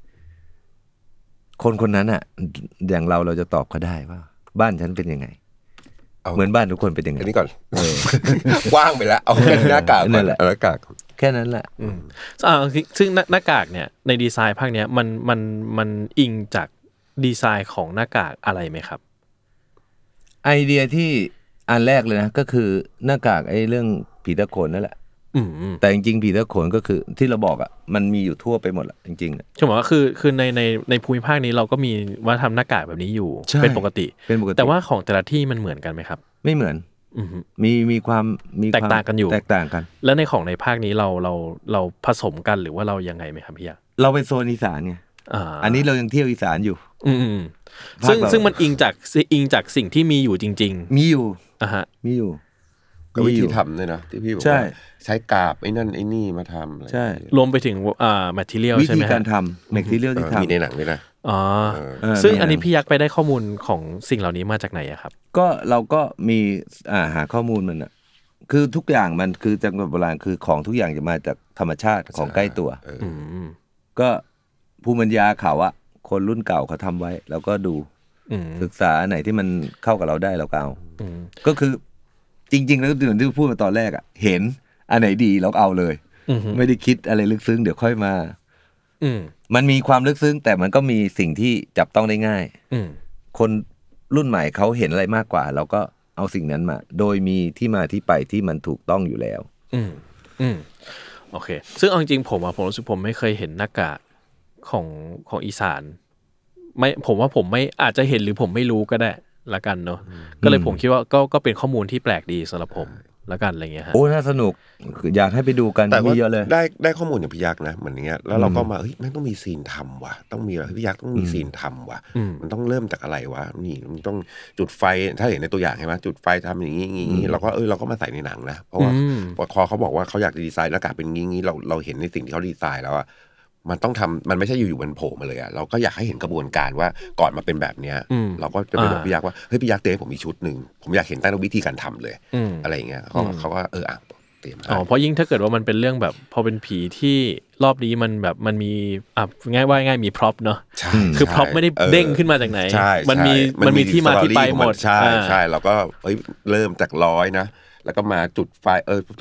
[SPEAKER 5] คนนั้นอย่างเราจะตอบเขาได้ว่าบ้านฉันเป็นยังไงเหมือนบ้านทุกคนเป็นยังไง
[SPEAKER 4] อันนี้ก่อนกว้างไปแล้วเอาแค่หน้ากากนั่นแหละหน้ากาก
[SPEAKER 5] แค่นั้นแหละ
[SPEAKER 3] ซึ่งหน้ากากเนี่ยในดีไซน์ภาคเนี้ยมันอิงจากดีไซน์ของหน้ากากอะไรไหมครับ
[SPEAKER 5] ไอเดียที่อันแรกเลยนะก็คือหน้ากากไอ้เรื่องผีตาโขนนั่นแหละแต่จริงๆผีตาโขนก็คือที่เราบอกมันมีอยู่ทั่วไปหมดแหละจริงๆ
[SPEAKER 3] ใช่ไหมว่าคือในภูมิภาคนี้เราก็มีว่าทำหน้ากากแบบนี้อยู่เป็นปกติแต่ว่าของแต่ละที่มันเหมือนกันไหมครับ
[SPEAKER 5] ไม่เหมือนมีความ
[SPEAKER 3] แตกต่างกันอยู่
[SPEAKER 5] แตกต่างกัน
[SPEAKER 3] แล้วในของในภาคนี้เราผสมกันหรือว่าเรายังไงไหมครับพี่ยักษ์
[SPEAKER 5] เราเป็นโซนอีสานไงอันนี้เรายังเที่ยวอีสานอยู่
[SPEAKER 3] ซึ่งมันอิงจากสิ่งที่มีอยู่จริง
[SPEAKER 5] ๆมีอยู่มีอยู่
[SPEAKER 4] ก็วิธีทำด้วยนะที่พี่บอกว่าใช้กาบไอ้นั่นไอ้นี่มาทำ
[SPEAKER 5] ใช่
[SPEAKER 3] รวมไปถึงmaterial ใช่ไหม
[SPEAKER 5] วิธีการทำ material ที่ทำ
[SPEAKER 4] มีในหนังด้วยนะ
[SPEAKER 3] ซึ่งอันนี้พี่ยักษ์ไปได้ข้อมูลของสิ่งเหล่านี้มาจากไหนครับ
[SPEAKER 5] ก็เราก็มีหาข้อมูลมันคือทุกอย่างมันคือจังหวัดโบราณคือของทุกอย่างจะมาจากธรรมชาติของใกล้ตัวก็ภูมิปัญญาเขาคนรุ่นเก่าเขาทำไว้แล้วก็ดูศึกษาไหนที่มันเข้ากับเราได้เราก็เอาก็คือจริงๆแล้วที่พูดมาตอนแรกเห็นอันไหนดีเราเอาเลยไม่ได้คิดอะไรลึกซึ้งเดี๋ยวค่อยมามันมีความลึกซึ้งแต่มันก็มีสิ่งที่จับต้องได้ง่ายคนรุ่นใหม่เขาเห็นอะไรมากกว่าเราก็เอาสิ่งนั้นมาโดยมีที่มาที่ไปที่มันถูกต้องอยู่แล้ว
[SPEAKER 3] โอเคซึ่งเอาจริงผมรู้สึกผมไม่เคยเห็นหน้ากากของอีสานไม่ผมว่าผมไม่อาจจะเห็นหรือผมไม่รู้ก็ได้ละกันเนาะก็เลยผมคิดว่าก็เป็นข้อมูลที่แปลกดีสำหรับผมละกันอะไรเงี้ยฮะ
[SPEAKER 5] โอ้น่าสนุกอยากให้ไปดูกันมีเยอะเลย
[SPEAKER 4] ได้ข้อมูลอย่างพี่ยักษ์นะเหมือนอย่างเงี้ยแล้วเราก็มาแม่งต้องมีซีนทำว่ะต้องมีพี่ยักษ์ต้องมีซีนทำว่ะมันต้องเริ่มจากอะไรวะนี่มันต้องจุดไฟถ้าเห็นในตัวอย่างใช่ไหมจุดไฟทำอย่างนี้เราก็มาใส่ในหนังนะเพราะว่าพอเขาบอกว่าเขาอยากดีไซน์หน้ากากเป็นงี้เราเห็นในสิ่งที่เขาดีไซน์แล้วมันต้องทำมันไม่ใช่อยู่ๆมันโผล่มาเลยเราก็อยากให้เห็นกระบวนการว่าก่อนมาเป็นแบบเนี้ยเราก็จะไปบอกพี่ยักษ์ว่าเฮ้ยพี่ยักษ์เตะผมมีชุดนึงผมอยากเห็นตั้งแต่วิธีการทำเลยอะไรอย่างเงี้ยเขาก็เตรียม
[SPEAKER 3] เพราะยิ่งถ้าเกิดว่ามันเป็นเรื่องแบบพอเป็นผีที่รอบนี้มันแบบมันมีง่ายมีพร็อพเนาะคือพร็อพไม่ได้เด้งขึ้นมาจากไหนมันมีที่มาที่ไปหมด
[SPEAKER 4] ใช่เราก็เริ่มจาก100นะแล้วก็มาจุดไฟต้อง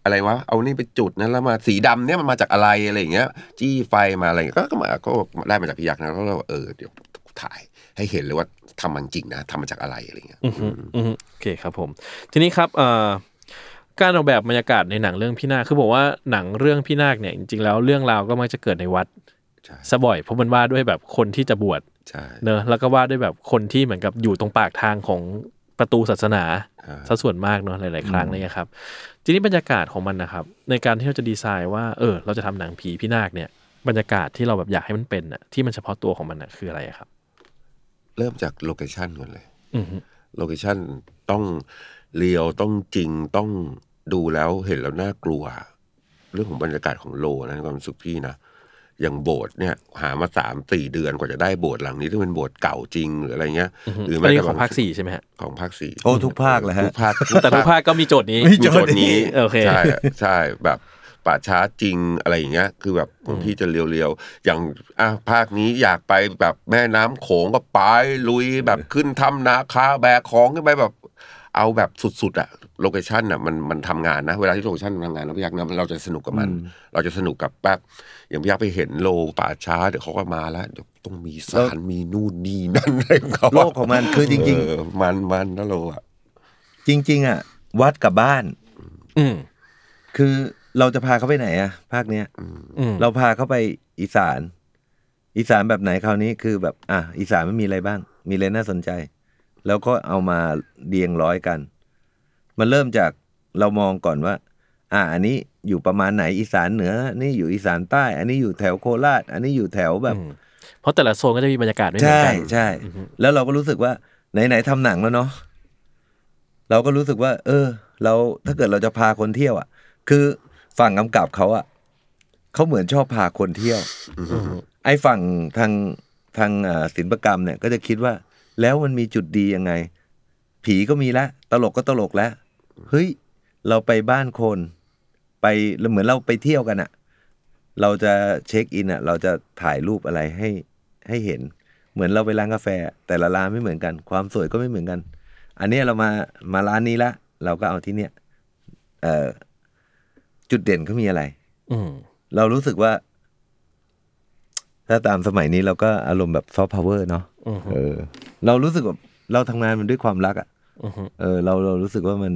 [SPEAKER 4] อะไรวะเอานี่ไปจุดนั้นแล้วมาสีดำเนี่ยมันมาจากอะไรอะไรอย่างเงี้ยจี้ไฟมาอะไรก็มาก็ได้มาจากพี่ยักษ์นะแล้วเราเดี๋ยวถ่ายให้เห็นเลยว่าทำมันจริงนะทำมาจากอะไรอะไรเงี้ย
[SPEAKER 3] โอเคครับผมทีนี้ครับการออกแบบบรรยากาศในหนังเรื่องพี่นาคคือบอกว่าหนังเรื่องพี่นาคเนี่ยจริงๆแล้วเรื่องราวก็มักจะเกิดในวัดซะบ่อยเพราะมันว่าด้วยแบบคนที่จะบวชเนอะแล้วก็ว่าด้วยแบบคนที่เหมือนกับอยู่ตรงปากทางของประตูศาสนาซะส่วนมากเนอะหลายๆครั้งเลยครับทีนี้บรรยากาศของมันนะครับในการที่เราจะดีไซน์ว่าเราจะทำหนังผีพี่นาคเนี่ยบรรยากาศที่เราแบบอยากให้มันเป็นน่ะที่มันเฉพาะตัวของมันน่ะคืออะไรครับ
[SPEAKER 4] เริ่มจากโลเคชั่นก่อนเลยโลเคชั่นต้องเรียวต้องจริงต้องดูแล้วเห็นแล้วน่ากลัวเรื่องของบรรยากาศของโลนะความรู้สึกพี่นะอย่างโบสถ์เนี่ยหามา 3-4 เดือนกว่าจะได้โบสถ์หลังนี้ที่เป็นโบสถ์เก่าจริงหรืออะไรเงี้ย
[SPEAKER 3] หรือแม้แต่ของภาค4ใช่ไหมฮะ
[SPEAKER 4] ของภาค4
[SPEAKER 5] โอ้ทุกภาคเลยฮะ
[SPEAKER 3] ทุกภาคแต่ทุกภาคก็มีโจทย์นี้โอเค
[SPEAKER 4] ใช่แบบป่าช้าจริงอะไรอย่างเงี้ยคือแบบบางที่จะเรียวๆอย่างภาคนี้อยากไปแบบแม่น้ำโขงก็ไปลุยแบบขึ้นถ้ำนาคาแบกของขึ้นไปแบบเอาแบบสุดๆอะโลเคชั่นอะมันทำงานนะเวลาที่โลเคชั่นทำงานเราพี่ยักษ์นะเราจะสนุกกับมันเราจะสนุกกับแบบอย่างพี่ยักษ์ไปเห็นโลป่าช้าเดี๋ยวเขาก็มาแล้วเดี๋ยวต้องมีศาลมีนู่นนี่นั่นอะไรของเขา
[SPEAKER 5] โลกของมันคือจริง
[SPEAKER 4] ๆมันนะโลอะ
[SPEAKER 5] จริงๆอะวัดกับบ้านคือเราจะพาเขาไปไหนอะภาคเนี้ยเราพาเขาไปอีสานแบบไหนคราวนี้คือแบบอีสานไม่มีอะไรบ้างมีอะไรน่าสนใจแล้วก็เอามาเรียงร้อยกันมันเริ่มจากเรามองก่อนว่าอันนี้อยู่ประมาณไหนอีสานเหนือนี่อยู่อีสานใต้อันนี้อยู่แถวโคราชอันนี้อยู่แถวแบบ
[SPEAKER 3] เพราะแต่ละโซนก็จะมีบรรยากาศไม่เหมือนกัน
[SPEAKER 5] ใช่แล้วเราก็รู้สึกว่าไหนทำหนังแล้วเนาะเราก็รู้สึกว่าเราถ้าเกิดเราจะพาคนเที่ยวคือฝั่งกำกับเขาเหมือนชอบพาคนเที่ยวไอ้ฝั่งทางศิลปกรรมเนี่ยก็จะคิดว่าแล้วมันมีจุดดียังไงผีก็มีแล้วตลกก็ตลกแล้วเฮ้ยเราไปบ้านคนไปเหมือนเราไปเที่ยวกันเราจะเช็คอินเราจะถ่ายรูปอะไรให้เห็นเหมือนเราไปร้านกาแฟแต่ละร้านไม่เหมือนกันความสวยก็ไม่เหมือนกันอันนี้เรามาร้านนี้ละเราก็เอาที่เนี่ยจุดเด่นเขามีอะไรเรารู้สึกว่าถ้าตามสมัยนี้เราก็อารมณ์แบบซอฟต์พาวเวอร์เนาะเรารู้สึกแบบเราทำงานมันด้วยความรักเรารู้สึกว่ามัน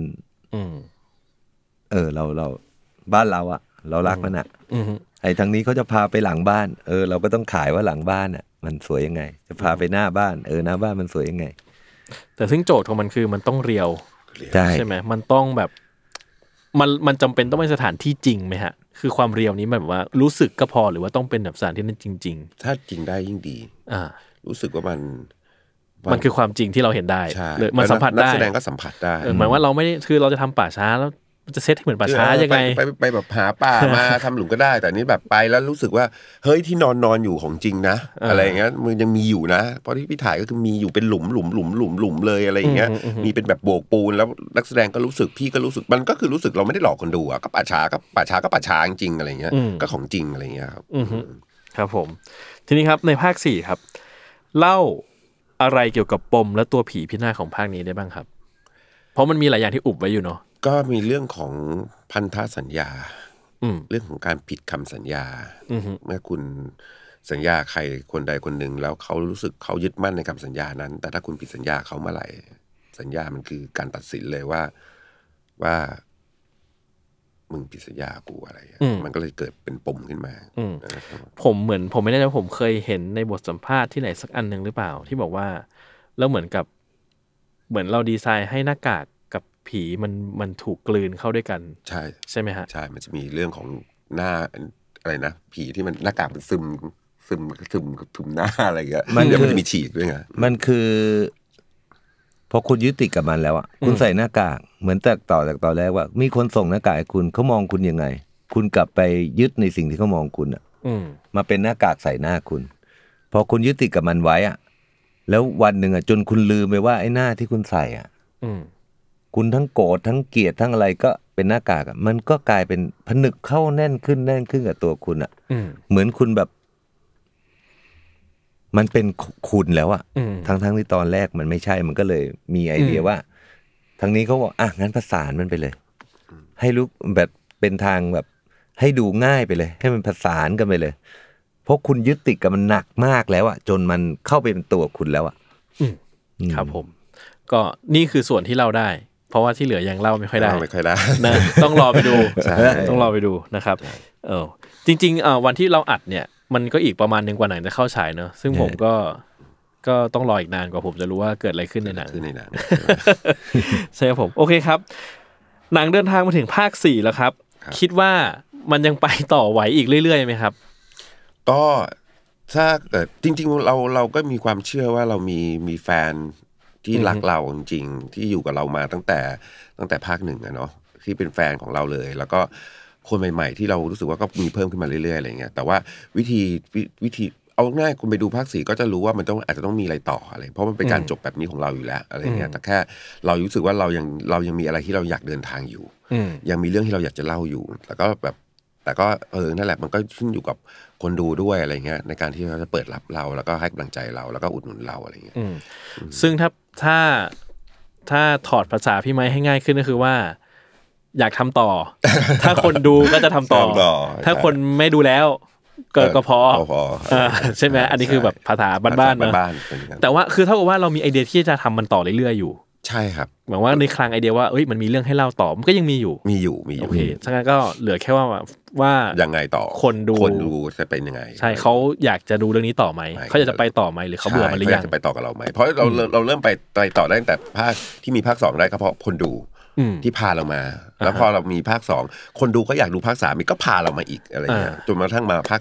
[SPEAKER 5] เราบ้านเราเรารักมันไอ้ทางนี้เขาจะพาไปหลังบ้านเราก็ต้องขายว่าหลังบ้านมันสวยยังไงจะพาไปหน้าบ้านหน้าบ้านมันสวยยังไง
[SPEAKER 3] แต่ซึ่งโจทย์ของมันคือมันต้องเรียวใช่ไหมมันต้องแบบมันจำเป็นต้องเป็นสถานที่จริงไหมฮะคือความเรียวนี้แบบว่ารู้สึกก็พอหรือว่าต้องเป็นแบบสถานที่นั้นจริง
[SPEAKER 4] ๆถ้าจริงได้ยิ่งดีรู้สึกว่า
[SPEAKER 3] มันคือความจริงที่เราเห็นได้เลยมันสัมผัสได้
[SPEAKER 4] นักแสดงก็สัมผัสได้
[SPEAKER 3] เหมือนว่าเราไม่ได้คือเราจะทำป่าช้าแล้วจะเซตให้เหมือนป่าช้ายังไง
[SPEAKER 4] ไปแบบหาป่ามาทำหลุมก็ได้แต่นี้แบบไปแล้วรู้สึกว่าเฮ้ยที่นอนอยู่ของจริงนะอะไรอย่างเงี้ยมันยังมีอยู่นะเพราะที่พี่ถ่ายก็คือมีอยู่เป็นหลุมเลยอะไรอย่างเงี้ยมีเป็นแบบโบกปูนแล้วนักแสดงก็รู้สึกพี่ก็รู้สึกมันก็คือรู้สึกเราไม่ได้หลอกคนดูก็ป่าช้าก็ป่าช้าจริงอะไรเงี้ยก็ของจริงอะไรเงี้ยครับ
[SPEAKER 3] ครับผมทีนี้ครับในภาค4ครับเล่าอะไรเกี่ยวกับปมและตัวผีพินาศของภาคนี้ได้บ้างครับเพราะมันมีหลายอย่างที่อุบไว้อยู่เนาะ
[SPEAKER 4] ก็มีเรื่องของพันธสัญญาเรื่องของการผิดคำสัญญาเมื่อคุณสัญญาใครคนใดคนหนึ่งแล้วเขารู้สึกเขายึดมั่นในคำสัญญานั้นแต่ถ้าคุณผิดสัญญาเขาเมื่อไหร่สัญญามันคือการตัดสินเลยว่ามึงผิดสัญญากูอะไรมันก็เลยเกิดเป็นปมขึ้นมา
[SPEAKER 3] ผมไม่แน่ใจว่าผมเคยเห็นในบทสัมภาษณ์ที่ไหนสักอันนึงหรือเปล่าที่บอกว่าแล้วเหมือนเราดีไซน์ให้หน้ากากกับผีมันถูกกลืนเข้าด้วยกันใช่ไหมฮะ
[SPEAKER 4] ใช่มันจะมีเรื่องของหน้าอะไรนะผีที่มันหน้ากากมันซึมหน้าอะไรอย่างเงี้ยมันจะมีฉีกด้วยไง
[SPEAKER 5] มันคือพอคุณยึดติดกับมันแล้วคุณใส่หน้ากากเหมือนจากตอนแรกว่ามีคนส่งหน้ากากให้คุณเขามองคุณยังไงคุณกลับไปยึดในสิ่งที่เขามองคุณมาเป็นหน้ากากใส่หน้าคุณพอคุณยึดติดกับมันไว้แล้ววันหนึ่งจนคุณลืมไปว่าไอ้หน้าที่คุณใส่คุณทั้งโกรธทั้งเกลียดทั้งอะไรก็เป็นหน้ากากมันก็กลายเป็นผนึกเข้าแน่นขึ้นกับตัวคุณเหมือนคุณแบบมันเป็นคุณแล้วทั้งที่ตอนแรกมันไม่ใช่มันก็เลยมีไอเดียว่าทางนี้เขาบอกงั้นประสานมันไปเลยให้รู้แบบเป็นทางแบบให้ดูง่ายไปเลยให้มันผสานกันไปเลยเพราะคุณยึดติดกับมันหนักมากแล้วจนมันเข้าไปเป็นตัวคุณแล้ว
[SPEAKER 3] ครับผมก็นี่คือส่วนที่เล่าได้เพราะว่าที่เหลือยังเล่าไม่ค่อยได้นะต้องรอไปดูต้องรอไปดูนะครับจริงๆวันที่เราอัดเนี่ยมันก็อีกประมาณนึงกว่าหนังจะเข้าฉายเนอะซึ่งผมก็ต้องรออีกนานกว่าผมจะรู้ว่าเกิดอะไรขึ้นในหนังใช่ครับผมโอเคครับหนังเดินทางมาถึงภาค4แล้วครับคิดว่ามันยังไปต่อไหวอีกเรื่อยๆไหมครับ
[SPEAKER 4] ก็ถ้าจริงๆเราก็มีความเชื่อว่าเรามีแฟนที่รักเราจริงๆที่อยู่กับเรามาตั้งแต่ภาค1เนาะที่เป็นแฟนของเราเลยแล้วก็คนใหม่ๆที่เรารู้สึกว่าก็มีเพิ่มขึ้นมาเรื่อยๆอะไรเงี้ยแต่ว่าวิธีเอาง่ายคุณไปดูภาค4ก็จะรู้ว่ามันอาจจะต้องมีอะไรต่ออะไรเพราะมันเป็นการจบแบบนี้ของเราอยู่แล้วอะไรเงี้ยแต่แค่เรารู้สึกว่าเรายังมีอะไรที่เราอยากเดินทางอยู่ยังมีเรื่องที่เราอยากจะเล่าอยู่แล้วก็แบบแต่ก็นั่นแหละมันก็ขึ้นอยู่กับคนดูด้วยอะไรเงี้ยในการที่เขาจะเปิดรับเราแล้วก็ให้กำลังใจเราแล้วก็อุดหนุนเราอะไรเงี้ย
[SPEAKER 3] ซึ่งถ้าถอดภาษาพี่ไม้ให้ง่ายขึ้นก็คือว่าอยากทำต่อ ถ้าคนดูก็จะทำต่อถ้าคนไม่ดูแล้วก็พอใช่ไหมอันนี้คือแบบภาษาบ้านๆนะแต่ว่าคือเท่ากับว่าเรามีไอเดียที่จะทำมันต่อเรื่อยๆอยู่
[SPEAKER 4] ใช่ครับ
[SPEAKER 3] หมายว่าในคลังไอเดียว่ามันมีเรื่องให้เล่าต่อมันก็ยังมีอยู่โอเคฉะนั้นก็เหลือแค่ว่า
[SPEAKER 4] ยังไงต่อ
[SPEAKER 3] คนดู
[SPEAKER 4] จะเป็นยังไง
[SPEAKER 3] ใช่เขาอยากจะดูเรื่องนี้ต่อไหมเขาจะไปต่อไหมหรือเขาเบื่อมันหรือยัง
[SPEAKER 4] จะไปต่อกับเราไหมเพราะเราเริ่มไปต่อได้ตั้งแต่ภาคที่มีภาค2ได้ก็เพราะคนดูที่พาเรามาแล้วพอเรามีภาค2คนดูก็อยากดูภาค3ก็พาเรามาอีกอะไรเงี้ยจนมาทั้งมาภาค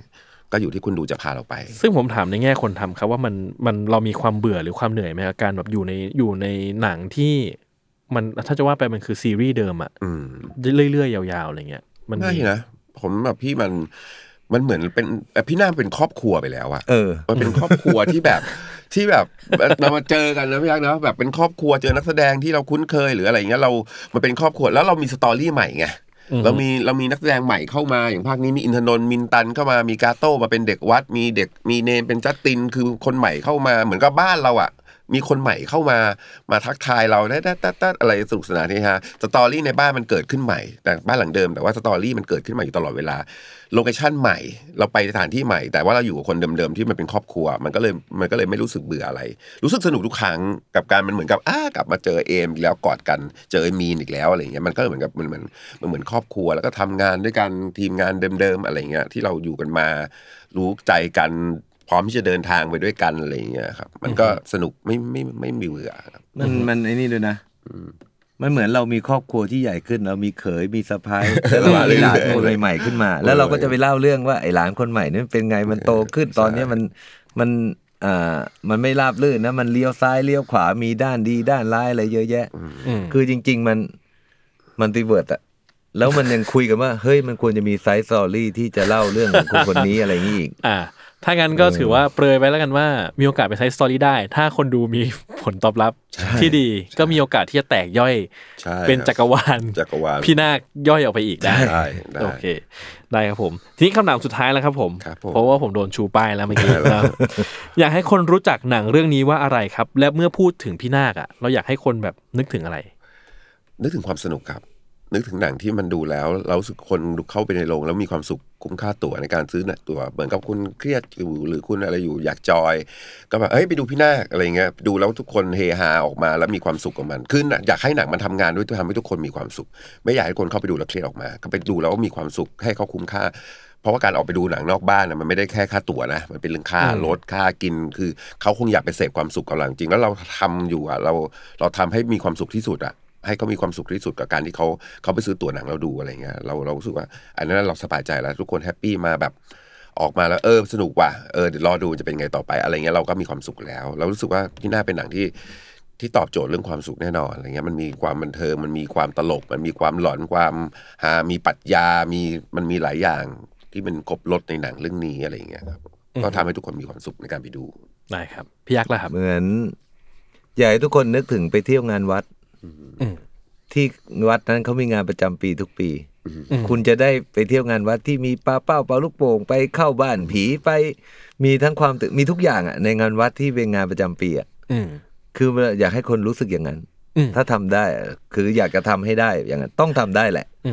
[SPEAKER 4] 4ก็อยู่ที่คุณดูจะพาเราไป
[SPEAKER 3] ซึ่งผมถามในแง่คนทำครับว่ามันเรามีความเบื่อหรือความเหนื่อยไหมกับการแบบอยู่ในหนังที่มันถ้าจะว่าไปมันคือซีรีส์เดิมเรื่อยๆยาวๆอะไรเงี้ย
[SPEAKER 4] มันไม่นะผมแบบพี่มันเหมือนเป็นพี่น่าเป็นครอบครัวไปแล้วมันเป็นครอบครัวที่แบบเรามาเจอกันนะพี่ยักษ์นะแบบเป็นครอบครัวเจอนักแสดงที่เราคุ้นเคยหรืออะไรอย่างเงี้ยมันเป็นครอบครัวแล้วเรามีสตอรี่ใหม่ไงเรามีนักแสดงใหม่เข้ามาอย่างภาคนี้มีอินทนนท์มินตันเข้ามามีกาโต้มาเป็นเด็กวัดมีเนมเป็นจัสตินคือคนใหม่เข้ามาเหมือนกับบ้านเรามีคนใหม่เข้ามาทักทายเราได้อะไรสนุกสนานนี่ฮะสตอรี่ในบ้านมันเกิดขึ้นใหม่แต่บ้านหลังเดิมแต่ว่าสตอรี่มันเกิดขึ้นใหม่อยู่ตลอดเวลาโลเคชั่นใหม่เราไปสถานที่ใหม่แต่ว่าเราอยู่กับคนเดิมๆที่มันเป็นครอบครัวมันก็เลยไม่รู้สึกเบื่ออะไรรู้สึกสนุกทุกครั้งกับการมันเหมือนกับกลับมาเจอเอมอีกแล้วกอดกันเจอมีนอีกแล้วอะไรเงี้ยมันก็เหมือนกับมันเหมือนครอบครัวแล้วก็ทำงานด้วยกันทีมงานเดิมๆอะไรเงี้ยที่เราอยู่กันมารู้ใจกันพร้อมที่จะเดินทางไปด้วยกันอะไรอย่างเงี้ยครับมันก็สนุกไม่มีเบื่อครับ
[SPEAKER 5] มันไอ้นี่ด้วยนะมันเหมือนเรามีครอบครัวที่ใหญ่ขึ้นเรามีเขยมีสะใภ้แล้วเรามีหลานคนใหม่ขึ้นมาแล้วเราก็จะไปเล่าเรื่องว่าไอ้หลานคนใหม่นี่เป็นไงมันโตขึ้นตอนนี้มันไม่ราบรื่นนะมันเลี้ยวซ้ายเลี้ยวขวามีด้านดีด้านร้ายอะไรเยอะแยะคือจริงๆมันตีเวิร์ดแล้วมันยังคุยกันว่าเฮ้ยมันควรจะมีไซส์สตอรี่ที่จะเล่าเรื่องของคนนี้อะไรอย่างนี้อีก
[SPEAKER 3] ถ้างั้นก็ถือว่าเปรยไปแล้วกันว่ามีโอกาสไปใช้สตอรี่ได้ถ้าคนดูมีผลตอบรับที่ดีก็มีโอกาสที่จะแตกย่อยเป็นจักรวาลพี่นาคย่อยออกไปอีกได้โอเคได้ครับผมทีนี้คำถามสุดท้ายแล้วครับผมเพราะว่าผมโดนชูป้ายแล้วเมื่อกี้นะอยากให้คนรู้จักหนังเรื่องนี้ว่าอะไรครับและเมื่อพูดถึงพี่นาคเราอยากให้คนแบบนึกถึงอะไร
[SPEAKER 4] นึกถึงความสนุกครับนึกถึงหนังที่มันดูแล้วเราสึกคนเข้าไปในโรงแล้วมีความสุขคุ้มค่าตั๋วในการซื้อตั๋วเหมือนกับคุณเครียดอยู่หรือคุณอะไรอยู่อยากจอยก็แบบไปดูพี่นาคอะไรเงี้ยดูแล้วทุกคนเฮฮาออกมาแล้วมีความสุขกับมันคืออยากให้หนังมันทำงานด้วยทำให้ทุกคนมีความสุขไม่อยากให้คนเข้าไปดูแล้วเครียดออกมาก็ไปดูแล้วมีความสุขให้เขาคุ้มค่าเพราะว่าการออกไปดูหนังนอกบ้านมันไม่ได้แค่ค่าตั๋วนะมันเป็นเรื่องค่ารถค่ากินคือเขาคงอยากไปเสพความสุขกับเราจริงแล้วเราทำอยู่เราทำให้มีความสุขที่สุดให้เขามีความสุขที่สุดกับการที่เขาไปซื้อตั๋วหนังเราดูอะไรเงี้ยเรารู้สึกว่าอันนั้นเราสบายใจแล้วทุกคนแฮปปี้มาแบบออกมาแล้วสนุกว่ะเดี๋ยวรอดูจะเป็นไงต่อไปอะไรเงี้ยเราก็มีความสุขแล้วเรารู้สึกว่าที่น่าเป็นหนังที่ตอบโจทย์เรื่องความสุขแน่นอนอะไรเงี้ยมันมีความบันเทิงมันมีความตลกมันมีความหลอนความฮามีปรัชญามันมีหลายอย่างที่มันครบรสในหนังเรื่องนี้อะไรเงี้ยครับก็ทำให้ทุกคนมีความสุขในการไปดู
[SPEAKER 3] ได้ครับพี่ยักษ์ล่ะครับ
[SPEAKER 5] เหมือนอยากให้ทุกคนนึกถึงไปเที่ยวงานวัดที่วัดนั้นเขามีงานประจำปีทุกปีคุณจะได้ไปเที่ยวงานวัดที่มีปลาเป้าปลาลูกโป่งไปเข้าบ้านผีไปมีทั้งความมีทุกอย่างในงานวัดที่เป็นงานประจำปีคืออยากให้คนรู้สึกอย่างนั้นถ้าทำได้คืออยากจะทำให้ได้อย่างนั้นต้องทำได้แหละ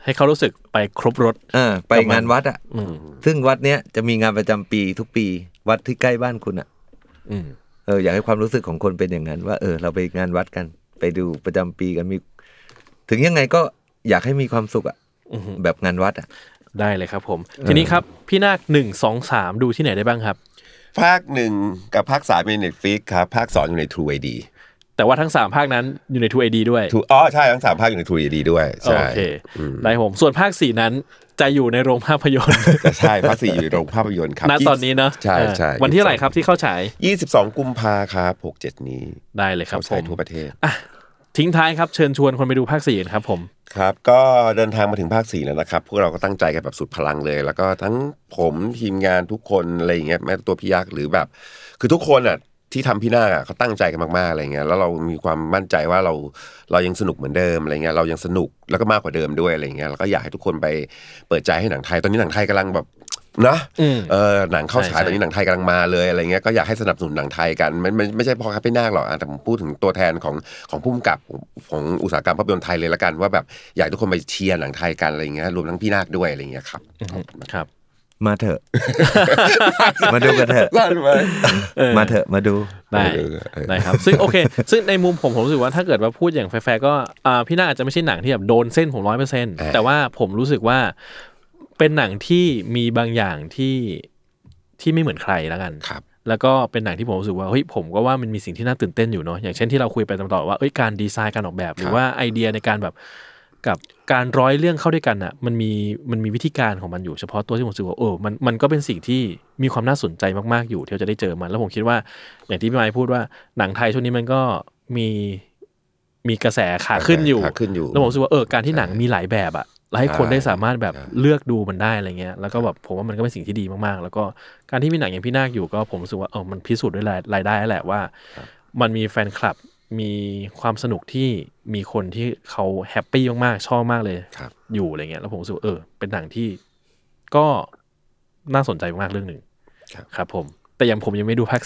[SPEAKER 3] ให้เขารู้สึกไปครบรถ
[SPEAKER 5] ไปงานวัดอ่ะซึ่งวัดเนี้ยจะมีงานประจำปีทุกปีวัดที่ใกล้บ้านคุณอ่ะอยากให้ความรู้สึกของคนเป็นอย่างนั้นว่าเราไปงานวัดกันไปดูประจำปีกันมีถึงยังไงก็อยากให้มีความสุขอ่ะแบบงานวัดอ่ะ
[SPEAKER 3] ได้เลยครับผมทีนี้ครับพี่นาค1 2 3ดูที่ไหนได้บ้างครับ
[SPEAKER 4] ภาค1กับภาค3ใน Netflix ครับภาค2อยู่ใน True ID
[SPEAKER 3] แต่ว่าทั้ง3ภาคนั้นอยู่ใน True ID ด้วย
[SPEAKER 4] ใช่ทั้ง3ภาคอยู่ใน True ID ด้วยใช่
[SPEAKER 3] โอเคได้ผมส่วนภาค4นั้นจะอยู่ในโรงภาพยนตร์
[SPEAKER 4] ใช่ภาค4อยู่ในโรงภาพยนตร์ครับ
[SPEAKER 3] ณตอนนี้เนาะ
[SPEAKER 4] ใช่
[SPEAKER 3] วันที่เท่าไหร่ครับที่เข้าฉาย
[SPEAKER 4] 22กุมภาพันธ์ครับ67นี้
[SPEAKER 3] ได้เลยครับผม
[SPEAKER 4] ทั่วประเทศ
[SPEAKER 3] ทิ้งท้ายครับเชิญชวนคนไปดูภาค4ครับผม
[SPEAKER 4] ครับก็เดินทางมาถึงภาค4แล้วนะครับพวกเราก็ตั้งใจกันแบบสุดพลังเลยแล้วก็ทั้งผมทีมงานทุกคนอะไรอย่างเงี้ยแม้ตัวพี่ยักษ์หรือแบบคือทุกคนอ่ะที่ทำพี่นาคเขาตั้งใจกันมากๆอะไรเงี้ยแล้วเรามีความมั่นใจว่าเรายังสนุกเหมือนเดิมอะไรเงี้ยเรายังสนุกแล้วก็มากกว่าเดิมด้วยอะไรเงี้ยแล้วก็อยากให้ทุกคนไปเปิดใจให้หนังไทยตอนนี้หนังไทยกำลังแบบนะหนังเข้าฉายตอนนี้หนังไทยกำลังมาเลยอะไรเงี้ยก็อยากให้สนับสนุนหนังไทยกันไม่ใช่พอครับพี่นาคหรอกแต่ผมพูดถึงตัวแทนของผู้กำกับของอุตสาหกรรมภาพยนตร์ไทยเลยละกันว่าแบบอยากทุกคนไปเชียร์หนังไทยกันอะไรเงี้ยรวมทั้งพี่นาคด้วยอะไรเงี้ยครับ
[SPEAKER 3] ครับ
[SPEAKER 5] มาเถอะ มาดูกันเถอะมาเถอะมาดู
[SPEAKER 3] ได้ครับซึ่งโอเคซึ่งในมุมผมรู้สึกว่าถ้าเกิดว่าพูดอย่างแฟร์ๆก็พี่นาคอาจจะไม่ใช่หนังที่แบบโดนเส้นผม 100% แต่ว่าผมรู้สึกว่าเป็นหนังที่มีบางอย่างที่ไม่เหมือนใครแล้วกันแล้วก็เป็นหนังที่ผมรู้สึกว่าเฮ้ยผมก็ว่ามันมีสิ่งที่น่าตื่นเต้นอยู่เนาะอย่างเช่นที่เราคุยไปตลอดว่าการดีไซน์การออกแบบหรือว่าไอเดียในการแบบกับการร้อยเรื่องเข้าด้วยกันอ่ะมันมีวิธีการของมันอยู่เฉพาะตัวที่ผมรู้สึกว่ามันก็เป็นสิ่งที่มีความน่าสนใจมากๆอยู่ที่เราจะได้เจอมันแล้วผมคิดว่าอย่างที่พี่ไมค์พูดว่าหนังไทยช่วงนี้มันก็มีกระแสขาขึ้นอยู่แล้วผมรู้สึกว่าการที่หนังมีหลายแบบอ่ะแล้วให้คนได้สามารถแบบเลือกดูมันได้อะไรเงี้ยแล้วก็แบบผมว่ามันก็เป็นสิ่งที่ดีมากๆแล้วก็การที่มีหนังอย่างพี่นาคอยู่ก็ผมรู้สึกว่ามันพิสูจน์ด้วยรายได้แหละว่ามันมีแฟนคลับมีความสนุกที่มีคนที่เขาแฮปปี้มากๆชอบมากเลยอยู่อะไรเงี้ยแล้วผมรู้สึกเป็นหนังที่ก็น่าสนใจมากๆเรื่องหนึ่งครับผมแต่ยังผมยังไม่ดูภาค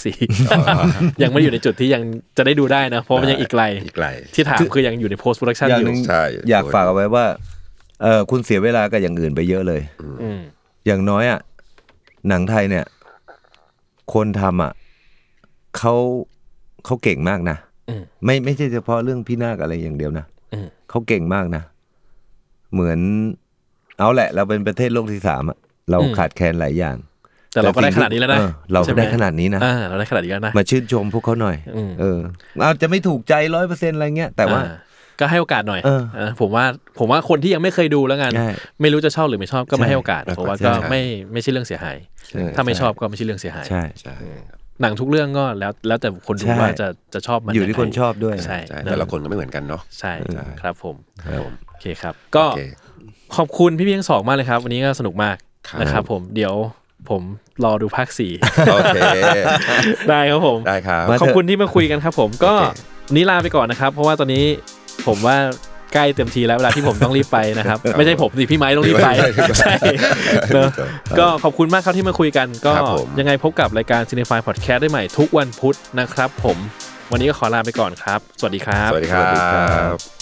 [SPEAKER 3] 4 ยังไม่อยู่ในจุดที่ยังจะได้ดูได้นะเพราะมันยังอีกไกลที่ถามคือยังอยู่ใน post production อยู่
[SPEAKER 5] อยากฝากเอาไว้ว่าคุณเสียเวลากับอย่างอื่นไปเยอะเลยอย่างน้อยอ่ะหนังไทยเนี่ยคนทำอ่ะเขาเก่งมากนะไม่ใช่เฉพาะเรื่องพี่นาคอะไรอย่างเดียวนะเขาเก่งมากนะเหมือนเอาแหละเราเป็นประเทศโลกที่3อ่ะเราขาดแคลนหลายอย่าง
[SPEAKER 3] แต่เราก็ได้ขนาดนี้แล้วนะ
[SPEAKER 5] เราก็ได้ขนาดนี้นะ
[SPEAKER 3] เราได้ขนาดนี้แล้วนะ
[SPEAKER 5] มาชื่นชมพวกเขาหน่อยอาจจะไม่ถูกใจ 100% อะไรเงี้ยแต่ว่า
[SPEAKER 3] ก็ให้โอกาสหน่อยผมว่าคนที่ยังไม่เคยดูแล้วกันไม่รู้จะชอบหรือไม่ชอบก็มาให้โอกาสเพราะว่าก็ไม่ใช่เรื่องเสียหายถ้าไม่ชอบก็ไม่ใช่เรื่องเสียหาย
[SPEAKER 5] ใช่
[SPEAKER 3] หนังทุกเรื่องก็แล้วแต่คนดูว่าจะชอบมัน
[SPEAKER 5] อยู่ที่คนชอบด้วย
[SPEAKER 3] ใช่
[SPEAKER 4] แต่ละคนก็ไม่เหมือนกันเนาะ
[SPEAKER 3] ใช่ครับผมโอเคครับก็ขอบคุณพี่เพียง2มากเลยครับวันนี้ก็สนุกมากนะครับผมเดี๋ยวผมรอดูภาค4
[SPEAKER 4] โอเค
[SPEAKER 3] ได้ครับผม
[SPEAKER 4] ได้ครับ
[SPEAKER 3] ขอบคุณที่มาคุยกันครับผมก็นี้ลาไปก่อนนะครับเพราะว่าตอนนี้ผมว่าใกล้เต็มทีแล้วเวลาที่ผมต้องรีบไปนะครับไม่ใช่ผมสิพี่ไม้ต้องรีบไปใช่ก็ขอบคุณมากครับที่มาคุยกันก็ยังไงพบกับรายการ Cinefy Podcast ได้ใหม่ทุกวันพุธนะครับผมวันนี้ก็ขอลาไปก่อนครับสวัสดีครับ
[SPEAKER 4] สวัสดีครับ